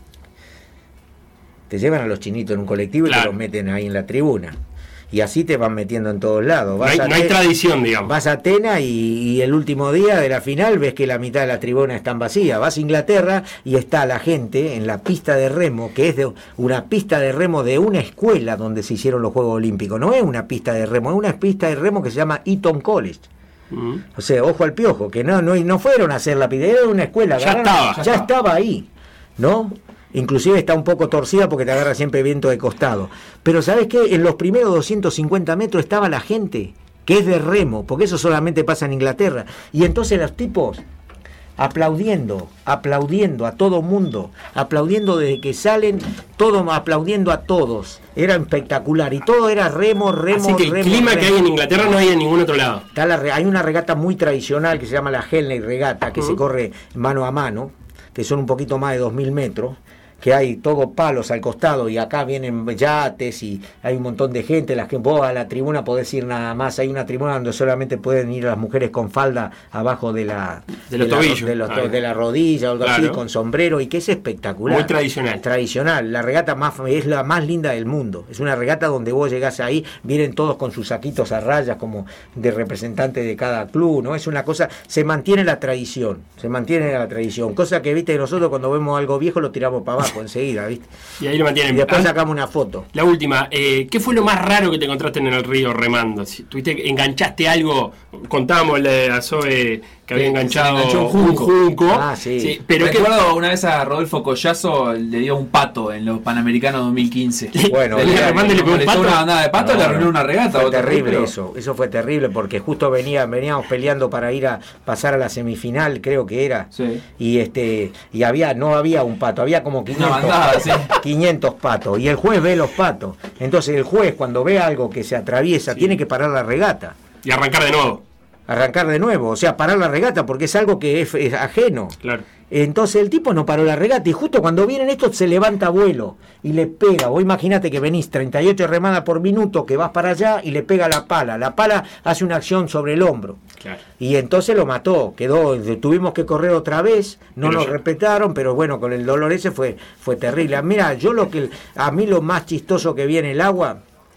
Speaker 11: te llevan a los chinitos en un colectivo y te los meten ahí en la tribuna. Y así te van metiendo en todos lados.
Speaker 1: No hay,
Speaker 11: Vas a
Speaker 1: no hay
Speaker 11: Te-
Speaker 1: tradición, digamos.
Speaker 11: Vas a Atenas y, y el último día de la final ves que la mitad de las tribunas están vacías. Vas a Inglaterra y está la gente en la pista de remo, que es de una pista de remo de una escuela donde se hicieron los Juegos Olímpicos. No es una pista de remo, es una pista de remo que se llama Eton College.
Speaker 1: Mm.
Speaker 11: O sea, ojo al piojo, que no, no, no fueron a hacer la pista, era una escuela.
Speaker 1: Ya
Speaker 11: agarraron-
Speaker 1: estaba.
Speaker 11: ya
Speaker 1: Ya
Speaker 11: estaba ahí, ¿no? Inclusive está un poco torcida porque te agarra siempre viento de costado. Pero ¿sabes qué? En los primeros doscientos cincuenta metros estaba la gente, que es de remo, porque eso solamente pasa en Inglaterra. Y entonces los tipos aplaudiendo, aplaudiendo a todo mundo, aplaudiendo desde que salen, todo aplaudiendo a todos. Era espectacular. Y todo era remo, remo,
Speaker 1: Así que el
Speaker 11: remo,
Speaker 1: clima
Speaker 11: remo.
Speaker 1: que hay en Inglaterra no hay en ningún otro lado.
Speaker 11: Está la re- hay una regata muy tradicional que se llama la Henley Regata, que
Speaker 1: Ujú.
Speaker 11: se corre mano a mano, que son un poquito más de dos mil metros, que hay todo palos al costado y acá vienen yates y hay un montón de gente. Las que vos a la tribuna podés ir nada más. Hay una tribuna donde solamente pueden ir las mujeres con falda abajo de la
Speaker 1: De los
Speaker 11: la-
Speaker 1: tobillos.
Speaker 11: de, los to-
Speaker 1: Ah,
Speaker 11: de la rodilla o algo
Speaker 1: claro.
Speaker 11: así, con sombrero, y que es espectacular.
Speaker 1: Muy tradicional.
Speaker 11: Tradicional. La regata más es la más linda del mundo. Es una regata donde vos llegás ahí, vienen todos con sus saquitos a rayas como de representante de cada club, ¿no? Es una cosa, se mantiene la tradición, se mantiene la tradición. Cosa que, viste, nosotros cuando vemos algo viejo lo tiramos para abajo enseguida, ¿viste?
Speaker 1: Y ahí lo mantienen.
Speaker 11: Y después
Speaker 1: Ah,
Speaker 11: sacamos una foto.
Speaker 1: La última, eh, ¿qué fue lo más raro que te encontraste en el río remando? Si tuviste, enganchaste algo, contábamos a Zoe que había
Speaker 3: Sí,
Speaker 1: enganchado
Speaker 3: se enganchó un junco.
Speaker 11: Ah, sí.
Speaker 1: pero que,
Speaker 3: Recuerdo una vez a Rodolfo Collazo le dio un pato en los Panamericanos dos mil quince.
Speaker 11: Bueno,
Speaker 3: le,
Speaker 11: mirá,
Speaker 3: remando y le pegó un
Speaker 11: molestó
Speaker 3: pato,
Speaker 11: una
Speaker 3: una bandada de pato,
Speaker 11: No,
Speaker 3: le arruinó
Speaker 11: no.
Speaker 3: una regata.
Speaker 11: Fue
Speaker 3: otro
Speaker 11: terrible
Speaker 3: pero-
Speaker 11: eso, eso fue terrible porque justo venía, veníamos peleando para ir a pasar a la semifinal, creo que era.
Speaker 3: Sí.
Speaker 11: Y este y había no había un pato, había como quinientos,
Speaker 3: bandada, sí.
Speaker 11: quinientos patos y el juez ve los patos. Entonces el juez cuando ve algo que se atraviesa tiene que parar la regata.
Speaker 1: Y arrancar de nuevo.
Speaker 11: Arrancar de nuevo, o sea, parar la regata porque es algo que es, es ajeno.
Speaker 1: Claro.
Speaker 11: Entonces el tipo no paró la regata y justo cuando vienen estos se levanta vuelo y le pega. Vos imagínate que venís treinta y ocho remadas por minuto, que vas para allá y le pega la pala. La pala hace una acción sobre el hombro.
Speaker 1: Claro.
Speaker 11: Y entonces lo mató, quedó, tuvimos que correr otra vez, no
Speaker 1: Pero
Speaker 11: nos
Speaker 1: ya-
Speaker 11: respetaron, pero bueno, con el dolor ese fue, fue terrible. Mira, yo lo que, a mí lo más chistoso que vi en el agua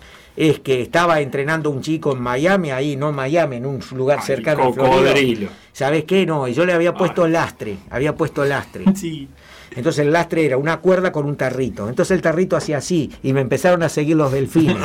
Speaker 11: es que estaba entrenando un chico en Miami, ahí no en Miami, en un lugar
Speaker 1: Ay,
Speaker 11: cercano a
Speaker 1: cocodrilo.
Speaker 11: Florida. ¿Sabes qué? No, y yo le había puesto lastre, había puesto lastre.
Speaker 1: Sí.
Speaker 11: Entonces el lastre era una cuerda con un tarrito. Entonces el tarrito hacía así y me empezaron a seguir los delfines.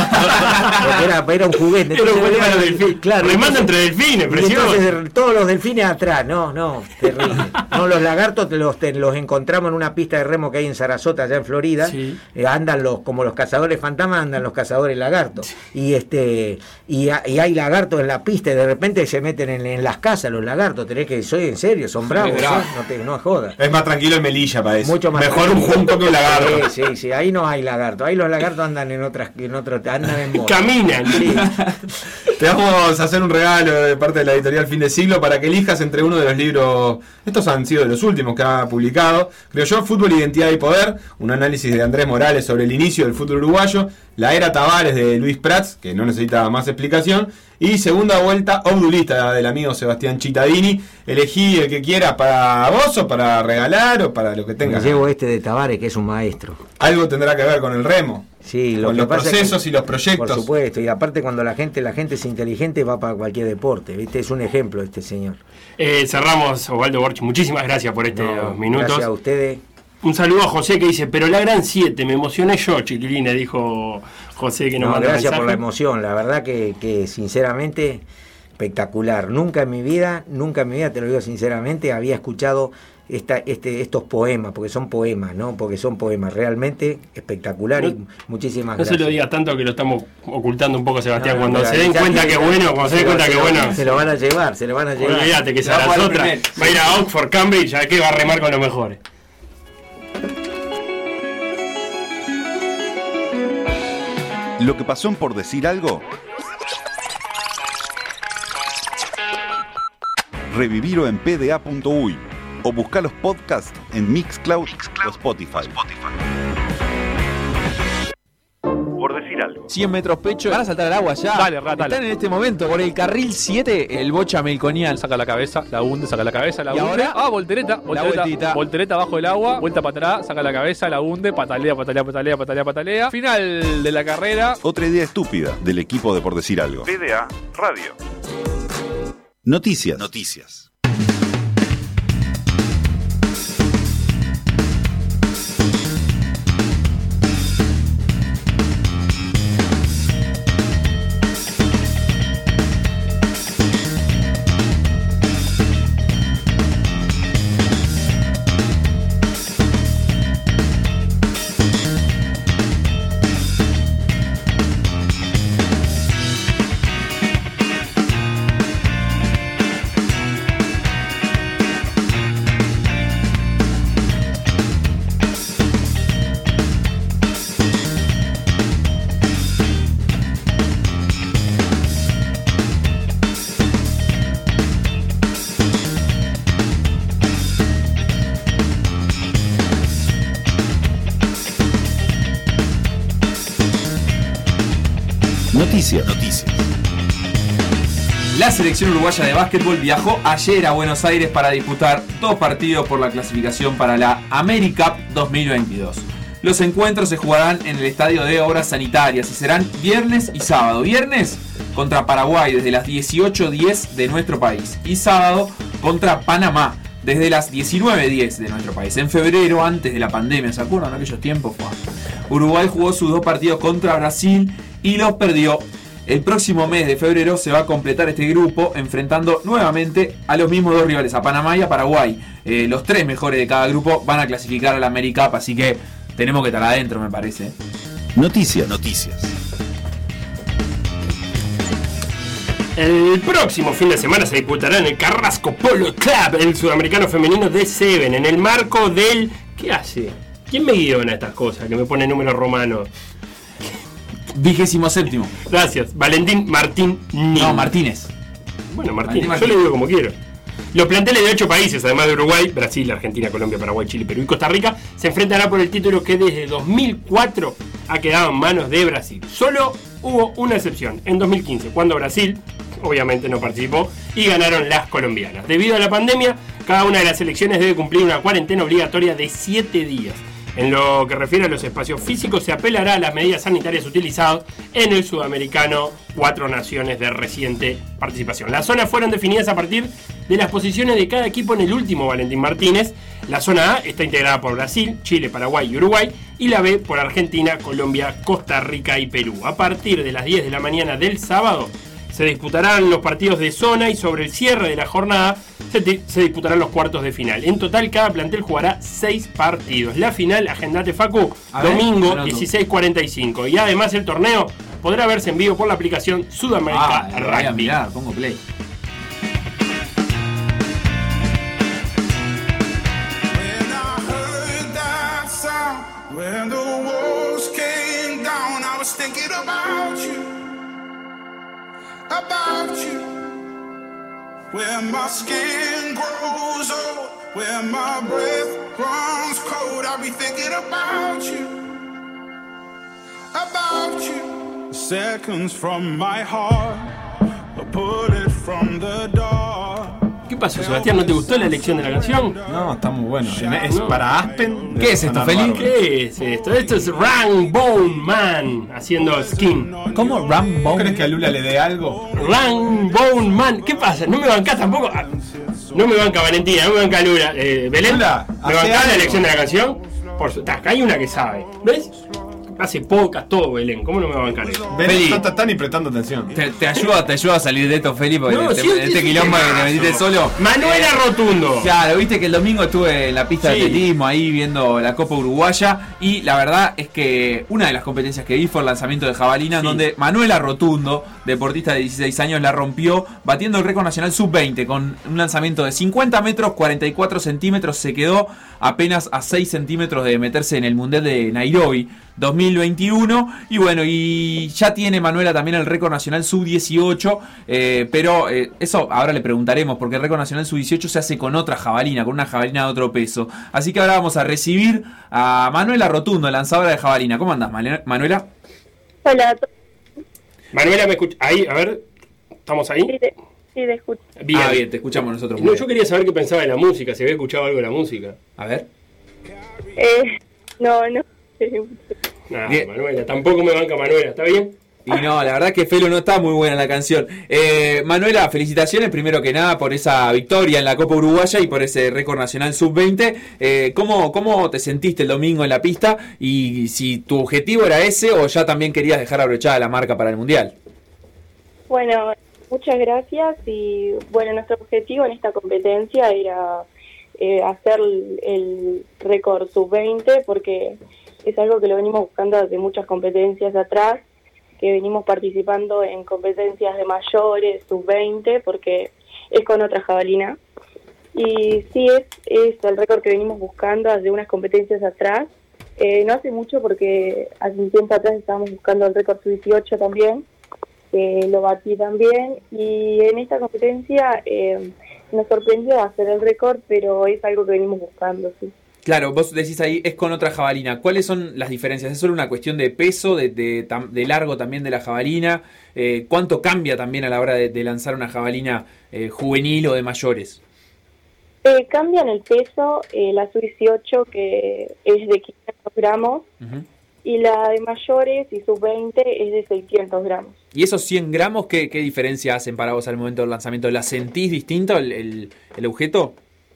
Speaker 11: Porque era, era un juguete.
Speaker 1: Era un
Speaker 11: Entonces,
Speaker 1: juguete para
Speaker 11: veía-
Speaker 1: los delfines.
Speaker 11: Claro,
Speaker 1: Remando
Speaker 11: entonces-
Speaker 1: entre delfines,
Speaker 11: y
Speaker 1: precioso.
Speaker 11: entonces de- todos los delfines atrás. No, no, terrible. No, los lagartos te los, te los encontramos en una pista de remo que hay en Sarasota, allá en Florida.
Speaker 1: Sí.
Speaker 11: Eh, andan los, como los cazadores fantasmas, andan los cazadores lagartos. Y este y, ha- y hay lagartos en la pista y de repente se meten en, en las casas los lagartos. Tenés que, soy en serio, son bravos,
Speaker 2: bravo.
Speaker 11: ¿eh? no te no jodas.
Speaker 2: Es más tranquilo en Melilla para eso.
Speaker 11: Mucho más
Speaker 2: Mejor un junco que un lagarto.
Speaker 11: Sí, sí, sí, ahí no hay lagarto. Ahí los lagartos andan en otras, en otro, andan en moto.
Speaker 1: Caminan.
Speaker 11: Sí.
Speaker 2: Te vamos a hacer un regalo de parte de la editorial Fin de Siglo para que elijas entre uno de los libros. Estos han sido de los últimos que ha publicado. Creo yo, Fútbol, Identidad y Poder. Un análisis de Andrés Morales sobre el inicio del fútbol uruguayo. La era Tavares de Luis Prats, que no necesita más explicación. Y Segunda Vuelta Obdulista del amigo Sebastián Cittadini. Elegí el que quieras para vos o para regalar o para lo que
Speaker 11: Me
Speaker 2: tengas.
Speaker 11: llevo este de Tavares, que es un maestro.
Speaker 2: Algo tendrá que ver con el remo.
Speaker 11: Sí, lo
Speaker 2: Con
Speaker 11: que
Speaker 2: los
Speaker 11: pasa es que-
Speaker 2: procesos y los proyectos.
Speaker 11: Por supuesto, y aparte cuando la gente la gente es inteligente va para cualquier deporte, ¿viste? Es un ejemplo este señor.
Speaker 1: Eh, cerramos, Osvaldo Borch. Muchísimas gracias por estos
Speaker 11: No,
Speaker 1: minutos.
Speaker 11: Gracias a ustedes.
Speaker 1: Un saludo a José que dice, pero la gran siete, me emocioné yo, chiquilina, dijo José que nos
Speaker 11: No,
Speaker 1: manda
Speaker 11: gracias por la
Speaker 1: mensaje.
Speaker 11: emoción, la verdad que, que sinceramente espectacular. Nunca en mi vida, nunca en mi vida, te lo digo sinceramente, había escuchado esta, este, estos poemas, porque son poemas, ¿no? Porque son poemas realmente espectacular y
Speaker 1: No-
Speaker 11: muchísimas
Speaker 1: No se
Speaker 11: gracias.
Speaker 1: lo digas tanto que lo estamos ocultando un poco, Sebastián.
Speaker 11: No,
Speaker 1: cuando
Speaker 11: mira,
Speaker 1: se den
Speaker 11: ya
Speaker 1: cuenta
Speaker 11: que-
Speaker 1: que es bueno, cuando se den cuenta
Speaker 11: se
Speaker 1: que
Speaker 11: lo-
Speaker 1: es bueno,
Speaker 11: Se lo van a llevar, se lo van a llevar.
Speaker 1: olvídate que
Speaker 3: Se va a
Speaker 1: será
Speaker 3: jugar
Speaker 1: otra.
Speaker 3: primero.
Speaker 1: Va a ir a Oxford, Cambridge, ya que va a remar con los mejores.
Speaker 5: Lo que pasó en Por Decir Algo. Revivirlo en P D A punto U Y O busca los podcasts en Mixcloud, o Spotify.
Speaker 6: Por decir algo.
Speaker 3: cien metros pecho. Van a saltar al agua ya.
Speaker 1: Dale, rata.
Speaker 3: Están en este momento por el carril siete, el bocha melconial.
Speaker 1: Saca la cabeza, la hunde, saca la cabeza, la
Speaker 3: ¿Y
Speaker 1: hunde.
Speaker 3: ahora?
Speaker 1: Ah, voltereta, voltereta.
Speaker 3: vueltita.
Speaker 1: Voltereta bajo el agua, vuelta para atrás, saca la cabeza, la hunde, patalea, patalea, patalea, patalea, patalea. Final de la carrera.
Speaker 5: Otra idea estúpida del equipo de Por Decir Algo.
Speaker 6: P D A Radio.
Speaker 5: Noticias. Noticias. Noticias. Noticias.
Speaker 3: La selección uruguaya de básquetbol viajó ayer a Buenos Aires para disputar dos partidos por la clasificación para la AmeriCup dos mil veintidós. Los encuentros se jugarán en el Estadio de Obras Sanitarias y serán viernes y sábado. Viernes contra Paraguay desde las dieciocho diez de nuestro país y sábado contra Panamá desde las diecinueve diez de nuestro país. En febrero, antes de la pandemia, ¿se acuerdan? En aquellos tiempos, Juan. Uruguay jugó sus dos partidos contra Brasil y los perdió. El próximo mes de febrero se va a completar este grupo enfrentando nuevamente a los mismos dos rivales, a Panamá y a Paraguay. Eh, los tres mejores de cada grupo van a clasificar a la AmeriCup, así que tenemos que estar adentro, me parece.
Speaker 5: Noticias. Noticias.
Speaker 1: El próximo fin de semana se disputará en el Carrasco Polo Club el sudamericano femenino de Seven en el marco del... ¿Qué hace? ¿Quién me guiona estas cosas que me pone números romanos?
Speaker 3: Vigésimo séptimo.
Speaker 1: Gracias. Valentín Martín Nin.
Speaker 3: No, Martínez.
Speaker 1: Bueno, Martín,
Speaker 3: Martín,
Speaker 1: yo le digo como quiero. Los planteles de ocho países, además de Uruguay, Brasil, Argentina, Colombia, Paraguay, Chile, Perú y Costa Rica, se enfrentarán por el título que desde dos mil cuatro ha quedado en manos de Brasil. Solo hubo una excepción, en dos mil quince, cuando Brasil, obviamente, no participó y ganaron las colombianas. Debido a la pandemia, cada una de las selecciones debe cumplir una cuarentena obligatoria de siete días. En lo que refiere a los espacios físicos, se apelará a las medidas sanitarias utilizadas en el sudamericano Cuatro Naciones de reciente participación. Las zonas fueron definidas a partir de las posiciones de cada equipo en el último Valentín Martínez. La zona A está integrada por Brasil, Chile, Paraguay y Uruguay, y la B por Argentina, Colombia, Costa Rica y Perú. A partir de las diez de la mañana del sábado se disputarán los partidos de zona y sobre el cierre de la jornada se, se disputarán los cuartos de final. En total, cada plantel jugará seis partidos. La final, agendate Facu,
Speaker 3: A ver,
Speaker 1: domingo
Speaker 3: ver,
Speaker 1: dieciséis cuarenta y cinco. Y además el torneo podrá verse en vivo por la aplicación Sudamérica
Speaker 3: Ah, lo voy a
Speaker 1: Rugby.
Speaker 3: mirar, pongo play.
Speaker 14: When the walls came down, I was thinking about you, about you. Where my skin grows old, where my breath runs cold, I'll be thinking about you, about you. Seconds from my heart, a bullet from the dark.
Speaker 1: ¿Qué pasó, Sebastián? ¿No te gustó la elección de la canción?
Speaker 2: No, está muy bueno. Es
Speaker 1: No.
Speaker 2: para Aspen.
Speaker 3: ¿Qué es esto, Feli?
Speaker 1: ¿Qué es esto? Esto es Rainbow Man haciendo Skin.
Speaker 3: ¿Cómo? Rambo.
Speaker 2: ¿Crees que a Lula le dé algo?
Speaker 1: Rainbow Man. ¿Qué pasa? ¿No me bancás tampoco? Ah, no me banca Valentina, no me banca Lula. Eh, ¿Belén?
Speaker 2: Lula,
Speaker 1: ¿Me
Speaker 2: hace
Speaker 1: bancás la
Speaker 2: algo.
Speaker 1: elección de la canción? Por su... Acá hay una que sabe. ¿Ves? Hace pocas todo, Belén. ¿Cómo no me va a bancar eso?
Speaker 2: Ven,
Speaker 3: Feli.
Speaker 2: no te están ni prestando atención.
Speaker 3: Te, te ayuda, te ayuda a salir de esto, Felipe, porque
Speaker 1: No,
Speaker 3: te-
Speaker 1: sí,
Speaker 3: este
Speaker 1: sí, sí,
Speaker 3: quilombo que te
Speaker 1: temazo.
Speaker 3: metiste solo.
Speaker 1: Manuela
Speaker 3: Eh,
Speaker 1: Rotundo.
Speaker 3: Claro, viste que el domingo estuve en la pista de
Speaker 1: Sí.
Speaker 3: atletismo ahí viendo la Copa Uruguaya y la verdad es que una de las competencias que vi fue el lanzamiento de jabalina, en
Speaker 1: Sí.
Speaker 3: donde Manuela Rotundo, deportista de dieciséis años, la rompió batiendo el récord nacional sub veinte con un lanzamiento de cincuenta metros, cuarenta y cuatro centímetros, se quedó apenas a seis centímetros de meterse en el Mundial de Nairobi dos mil veintiuno. Y bueno, y ya tiene Manuela también el récord nacional sub dieciocho, eh, pero eh, eso ahora le preguntaremos, porque el récord nacional sub dieciocho se hace con otra jabalina, con una jabalina de otro peso. Así que ahora vamos a recibir a Manuela Rotundo, lanzadora de jabalina. ¿Cómo andás, Manuela?
Speaker 15: Hola.
Speaker 1: Manuela, ¿me escuchas? Ahí, a ver, ¿estamos ahí?
Speaker 15: Sí, te, sí, te escucho.
Speaker 1: Bien.
Speaker 3: Ah, bien, te escuchamos nosotros.
Speaker 1: No, yo quería saber qué pensaba de la música, si había escuchado algo de la música.
Speaker 3: A ver.
Speaker 15: Eh, no, no.
Speaker 1: Nah, Manuela, tampoco me banca Manuela, ¿está bien?
Speaker 3: Y no, la verdad que Felo no está muy buena la canción. Eh, Manuela, felicitaciones primero que nada por esa victoria en la Copa Uruguaya y por ese récord nacional sub veinte. Eh, ¿cómo, ¿Cómo te sentiste el domingo en la pista? Y si tu objetivo era ese o ya también querías dejar abrochada la marca para el Mundial.
Speaker 15: Bueno, muchas gracias. Y bueno, nuestro objetivo en esta competencia era eh, hacer el, el récord sub veinte, porque es algo que lo venimos buscando desde muchas competencias atrás, que venimos participando en competencias de mayores, sub veinte, porque es con otra jabalina. Y sí, es, es el récord que venimos buscando desde unas competencias atrás. Eh, no hace mucho, porque hace un tiempo atrás estábamos buscando el récord sub dieciocho también, que lo batí también. Y en esta competencia eh, nos sorprendió hacer el récord, pero es algo que venimos buscando, sí.
Speaker 3: Claro, vos decís ahí, es con otra jabalina. ¿Cuáles son las diferencias? ¿Es solo una cuestión de peso, de, de, de largo también de la jabalina? Eh, ¿Cuánto cambia también a la hora de, de lanzar una jabalina eh, juvenil o de mayores?
Speaker 15: Eh, cambian el peso, eh, la sub dieciocho, que es de quinientos gramos, uh-huh. y la de mayores y sub veinte es de seiscientos gramos.
Speaker 3: ¿Y esos cien gramos qué, qué diferencia hacen para vos al momento del lanzamiento? ¿La sentís distinto el, el, el objeto?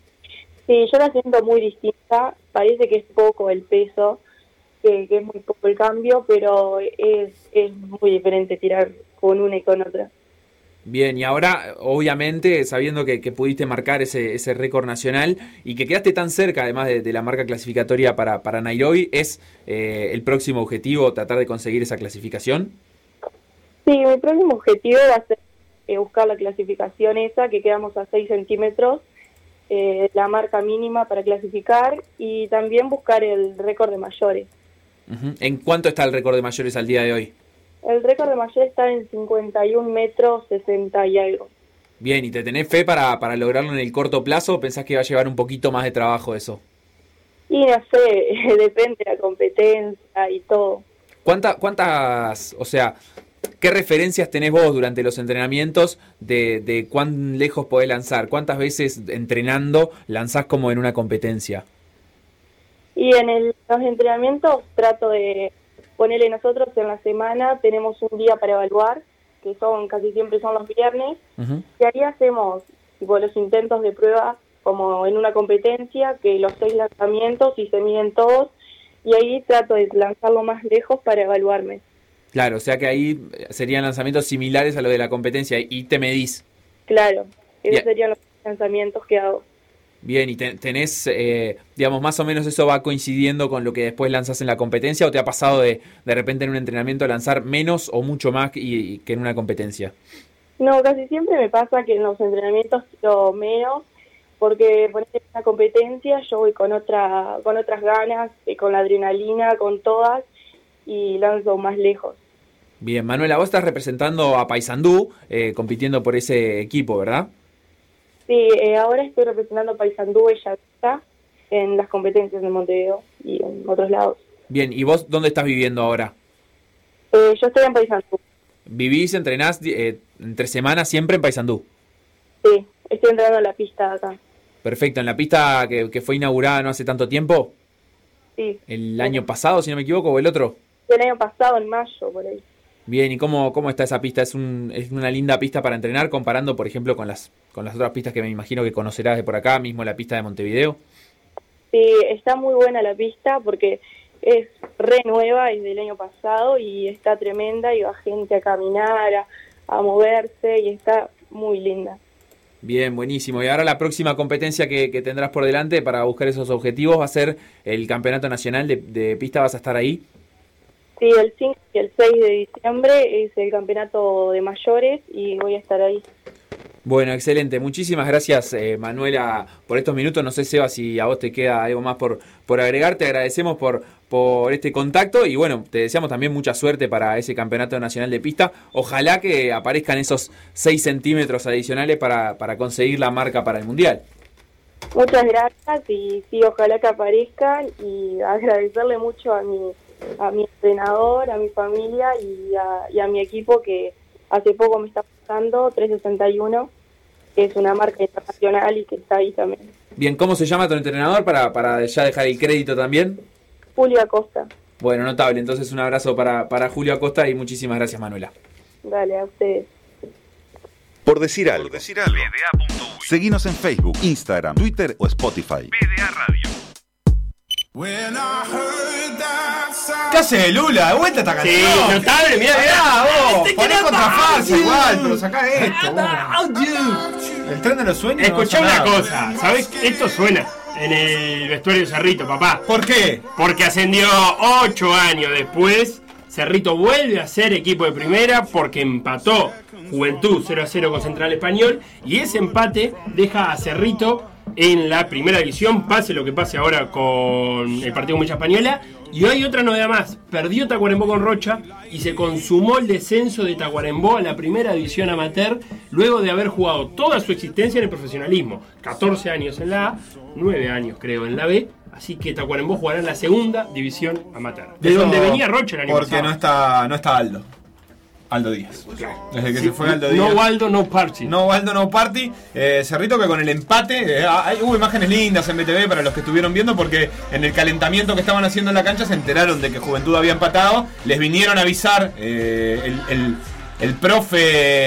Speaker 15: Sí, yo la siento muy distinta. Parece que es poco el peso, que, que es muy poco el cambio, pero es, es muy diferente tirar con una y con otra.
Speaker 3: Bien, y ahora, obviamente, sabiendo que, que pudiste marcar ese, ese récord nacional y que quedaste tan cerca, además de, de la marca clasificatoria para, para Nairobi, ¿es eh, el próximo objetivo tratar de conseguir esa clasificación?
Speaker 15: Sí, mi próximo objetivo va a ser eh, buscar la clasificación esa, que quedamos a seis centímetros, eh, la marca mínima para clasificar, y también buscar el récord de mayores.
Speaker 3: Uh-huh. ¿En cuánto está el récord de mayores al día de hoy?
Speaker 15: El récord de mayores está en cincuenta y un metros, sesenta y algo.
Speaker 3: Bien, ¿y te tenés fe para, para lograrlo en el corto plazo o pensás que va a llevar un poquito más de trabajo eso?
Speaker 15: Y no sé, depende de la competencia y todo.
Speaker 3: ¿Cuánta, ¿Cuántas, o sea, qué referencias tenés vos durante los entrenamientos de, de cuán lejos podés lanzar? ¿Cuántas veces entrenando lanzás como en una competencia?
Speaker 15: Y en el, los entrenamientos trato de ponerle, nosotros en la semana tenemos un día para evaluar, que son casi siempre son los viernes, uh-huh. y ahí hacemos tipo los intentos de prueba como en una competencia, que los seis lanzamientos y se miden todos, y ahí trato de lanzarlo más lejos para evaluarme.
Speaker 3: Claro, o sea que ahí serían lanzamientos similares a lo de la competencia y te medís.
Speaker 15: Claro, esos
Speaker 3: Bien.
Speaker 15: serían los lanzamientos que hago.
Speaker 3: Bien, ¿y te, tenés, eh, digamos, más o menos eso va coincidiendo con lo que después lanzás en la competencia o te ha pasado de de repente en un entrenamiento lanzar menos o mucho más y, y que en una competencia?
Speaker 15: No, casi siempre me pasa que en los entrenamientos tiro menos, porque por ejemplo en una competencia yo voy con otra con otras ganas, eh, con la adrenalina, con todas, y lanzo más lejos.
Speaker 3: Bien, Manuela, vos estás representando a Paysandú, eh, compitiendo por ese equipo, ¿verdad?
Speaker 15: Sí, eh, ahora estoy representando a Paysandú Bellavista en las competencias de Montevideo y en otros lados.
Speaker 3: Bien, ¿y vos dónde estás viviendo ahora?
Speaker 15: Eh, yo estoy en Paysandú.
Speaker 3: ¿Vivís, entrenás eh, entre semanas siempre en Paysandú?
Speaker 15: Sí, estoy entrenando en la pista acá.
Speaker 3: Perfecto, ¿en la pista que, que fue inaugurada no hace tanto tiempo?
Speaker 15: Sí.
Speaker 3: ¿El año pasado, si no me equivoco, o el otro?
Speaker 15: El año pasado, en mayo, por ahí.
Speaker 3: Bien, ¿y cómo, cómo está esa pista? ¿Es, un, ¿Es una linda pista para entrenar comparando, por ejemplo, con las con las otras pistas que me imagino que conocerás de por acá, mismo la pista de Montevideo?
Speaker 15: Sí, está muy buena la pista porque es re nueva, es del año pasado y está tremenda y va gente a caminar, a, a moverse y está muy linda.
Speaker 3: Bien, buenísimo. Y ahora la próxima competencia que, que tendrás por delante para buscar esos objetivos va a ser el Campeonato Nacional de, de Pista. ¿Vas a estar ahí?
Speaker 15: Sí, el cinco y el seis de diciembre es el campeonato de mayores y voy a estar ahí.
Speaker 3: Bueno, excelente. Muchísimas gracias, eh, Manuela, por estos minutos. No sé, Seba, si a vos te queda algo más por, por agregar. Te agradecemos por, por por este contacto y bueno, te deseamos también mucha suerte para ese campeonato nacional de pista. Ojalá que aparezcan esos seis centímetros adicionales para, para conseguir la marca para el Mundial.
Speaker 15: Muchas gracias y sí, ojalá que aparezcan y agradecerle mucho a mi, a mi entrenador, a mi familia y a, y a mi equipo que hace poco me está pasando trescientos sesenta y uno, que es una marca internacional y que está ahí también.
Speaker 3: Bien, ¿cómo se llama tu entrenador para, para ya dejar el crédito también?
Speaker 15: Julio Acosta.
Speaker 3: Bueno, notable. Entonces un abrazo para, para Julio Acosta y muchísimas gracias, Manuela.
Speaker 15: Dale, a ustedes.
Speaker 5: Por decir algo. Seguinos en Facebook, Instagram, Twitter o Spotify.
Speaker 6: P D A Radio.
Speaker 2: ¿Qué hace Lula? De vuelta esta canción.
Speaker 1: Sí, notable, mirá, mirá, vos.
Speaker 2: Ponés contrafase igual, pero sacá esto. Vos. El tren de los sueños.
Speaker 1: Escuchá
Speaker 2: no
Speaker 1: una
Speaker 2: nada.
Speaker 1: cosa, ¿sabés? Esto suena en el vestuario Cerrito, papá.
Speaker 2: ¿Por qué?
Speaker 1: Porque ascendió ocho años después. Cerrito vuelve a ser equipo de primera porque empató Juventud cero a cero con Central Español. Y ese empate deja a Cerrito en la primera división, pase lo que pase ahora con el partido con Villa Española. Y hay otra novedad más, perdió Tacuarembó con Rocha y se consumó el descenso de Tacuarembó a la primera división amateur luego de haber jugado toda su existencia en el profesionalismo. catorce años en la A, nueve años creo en la B, así que Tacuarembó jugará en la segunda división amateur. De
Speaker 2: Eso
Speaker 1: donde venía Rocha el año
Speaker 2: porque
Speaker 1: pasado.
Speaker 2: no está, no está Aldo. Aldo Díaz. Desde que
Speaker 1: Sí,
Speaker 2: se fue Aldo Díaz.
Speaker 1: No Waldo, no party.
Speaker 2: No Waldo, no party. Eh, Cerrito que con el empate, eh, hay, hubo imágenes lindas en B T V para los que estuvieron viendo porque en el calentamiento que estaban haciendo en la cancha se enteraron de que Juventud había empatado. Les vinieron a avisar eh, el, el, el profe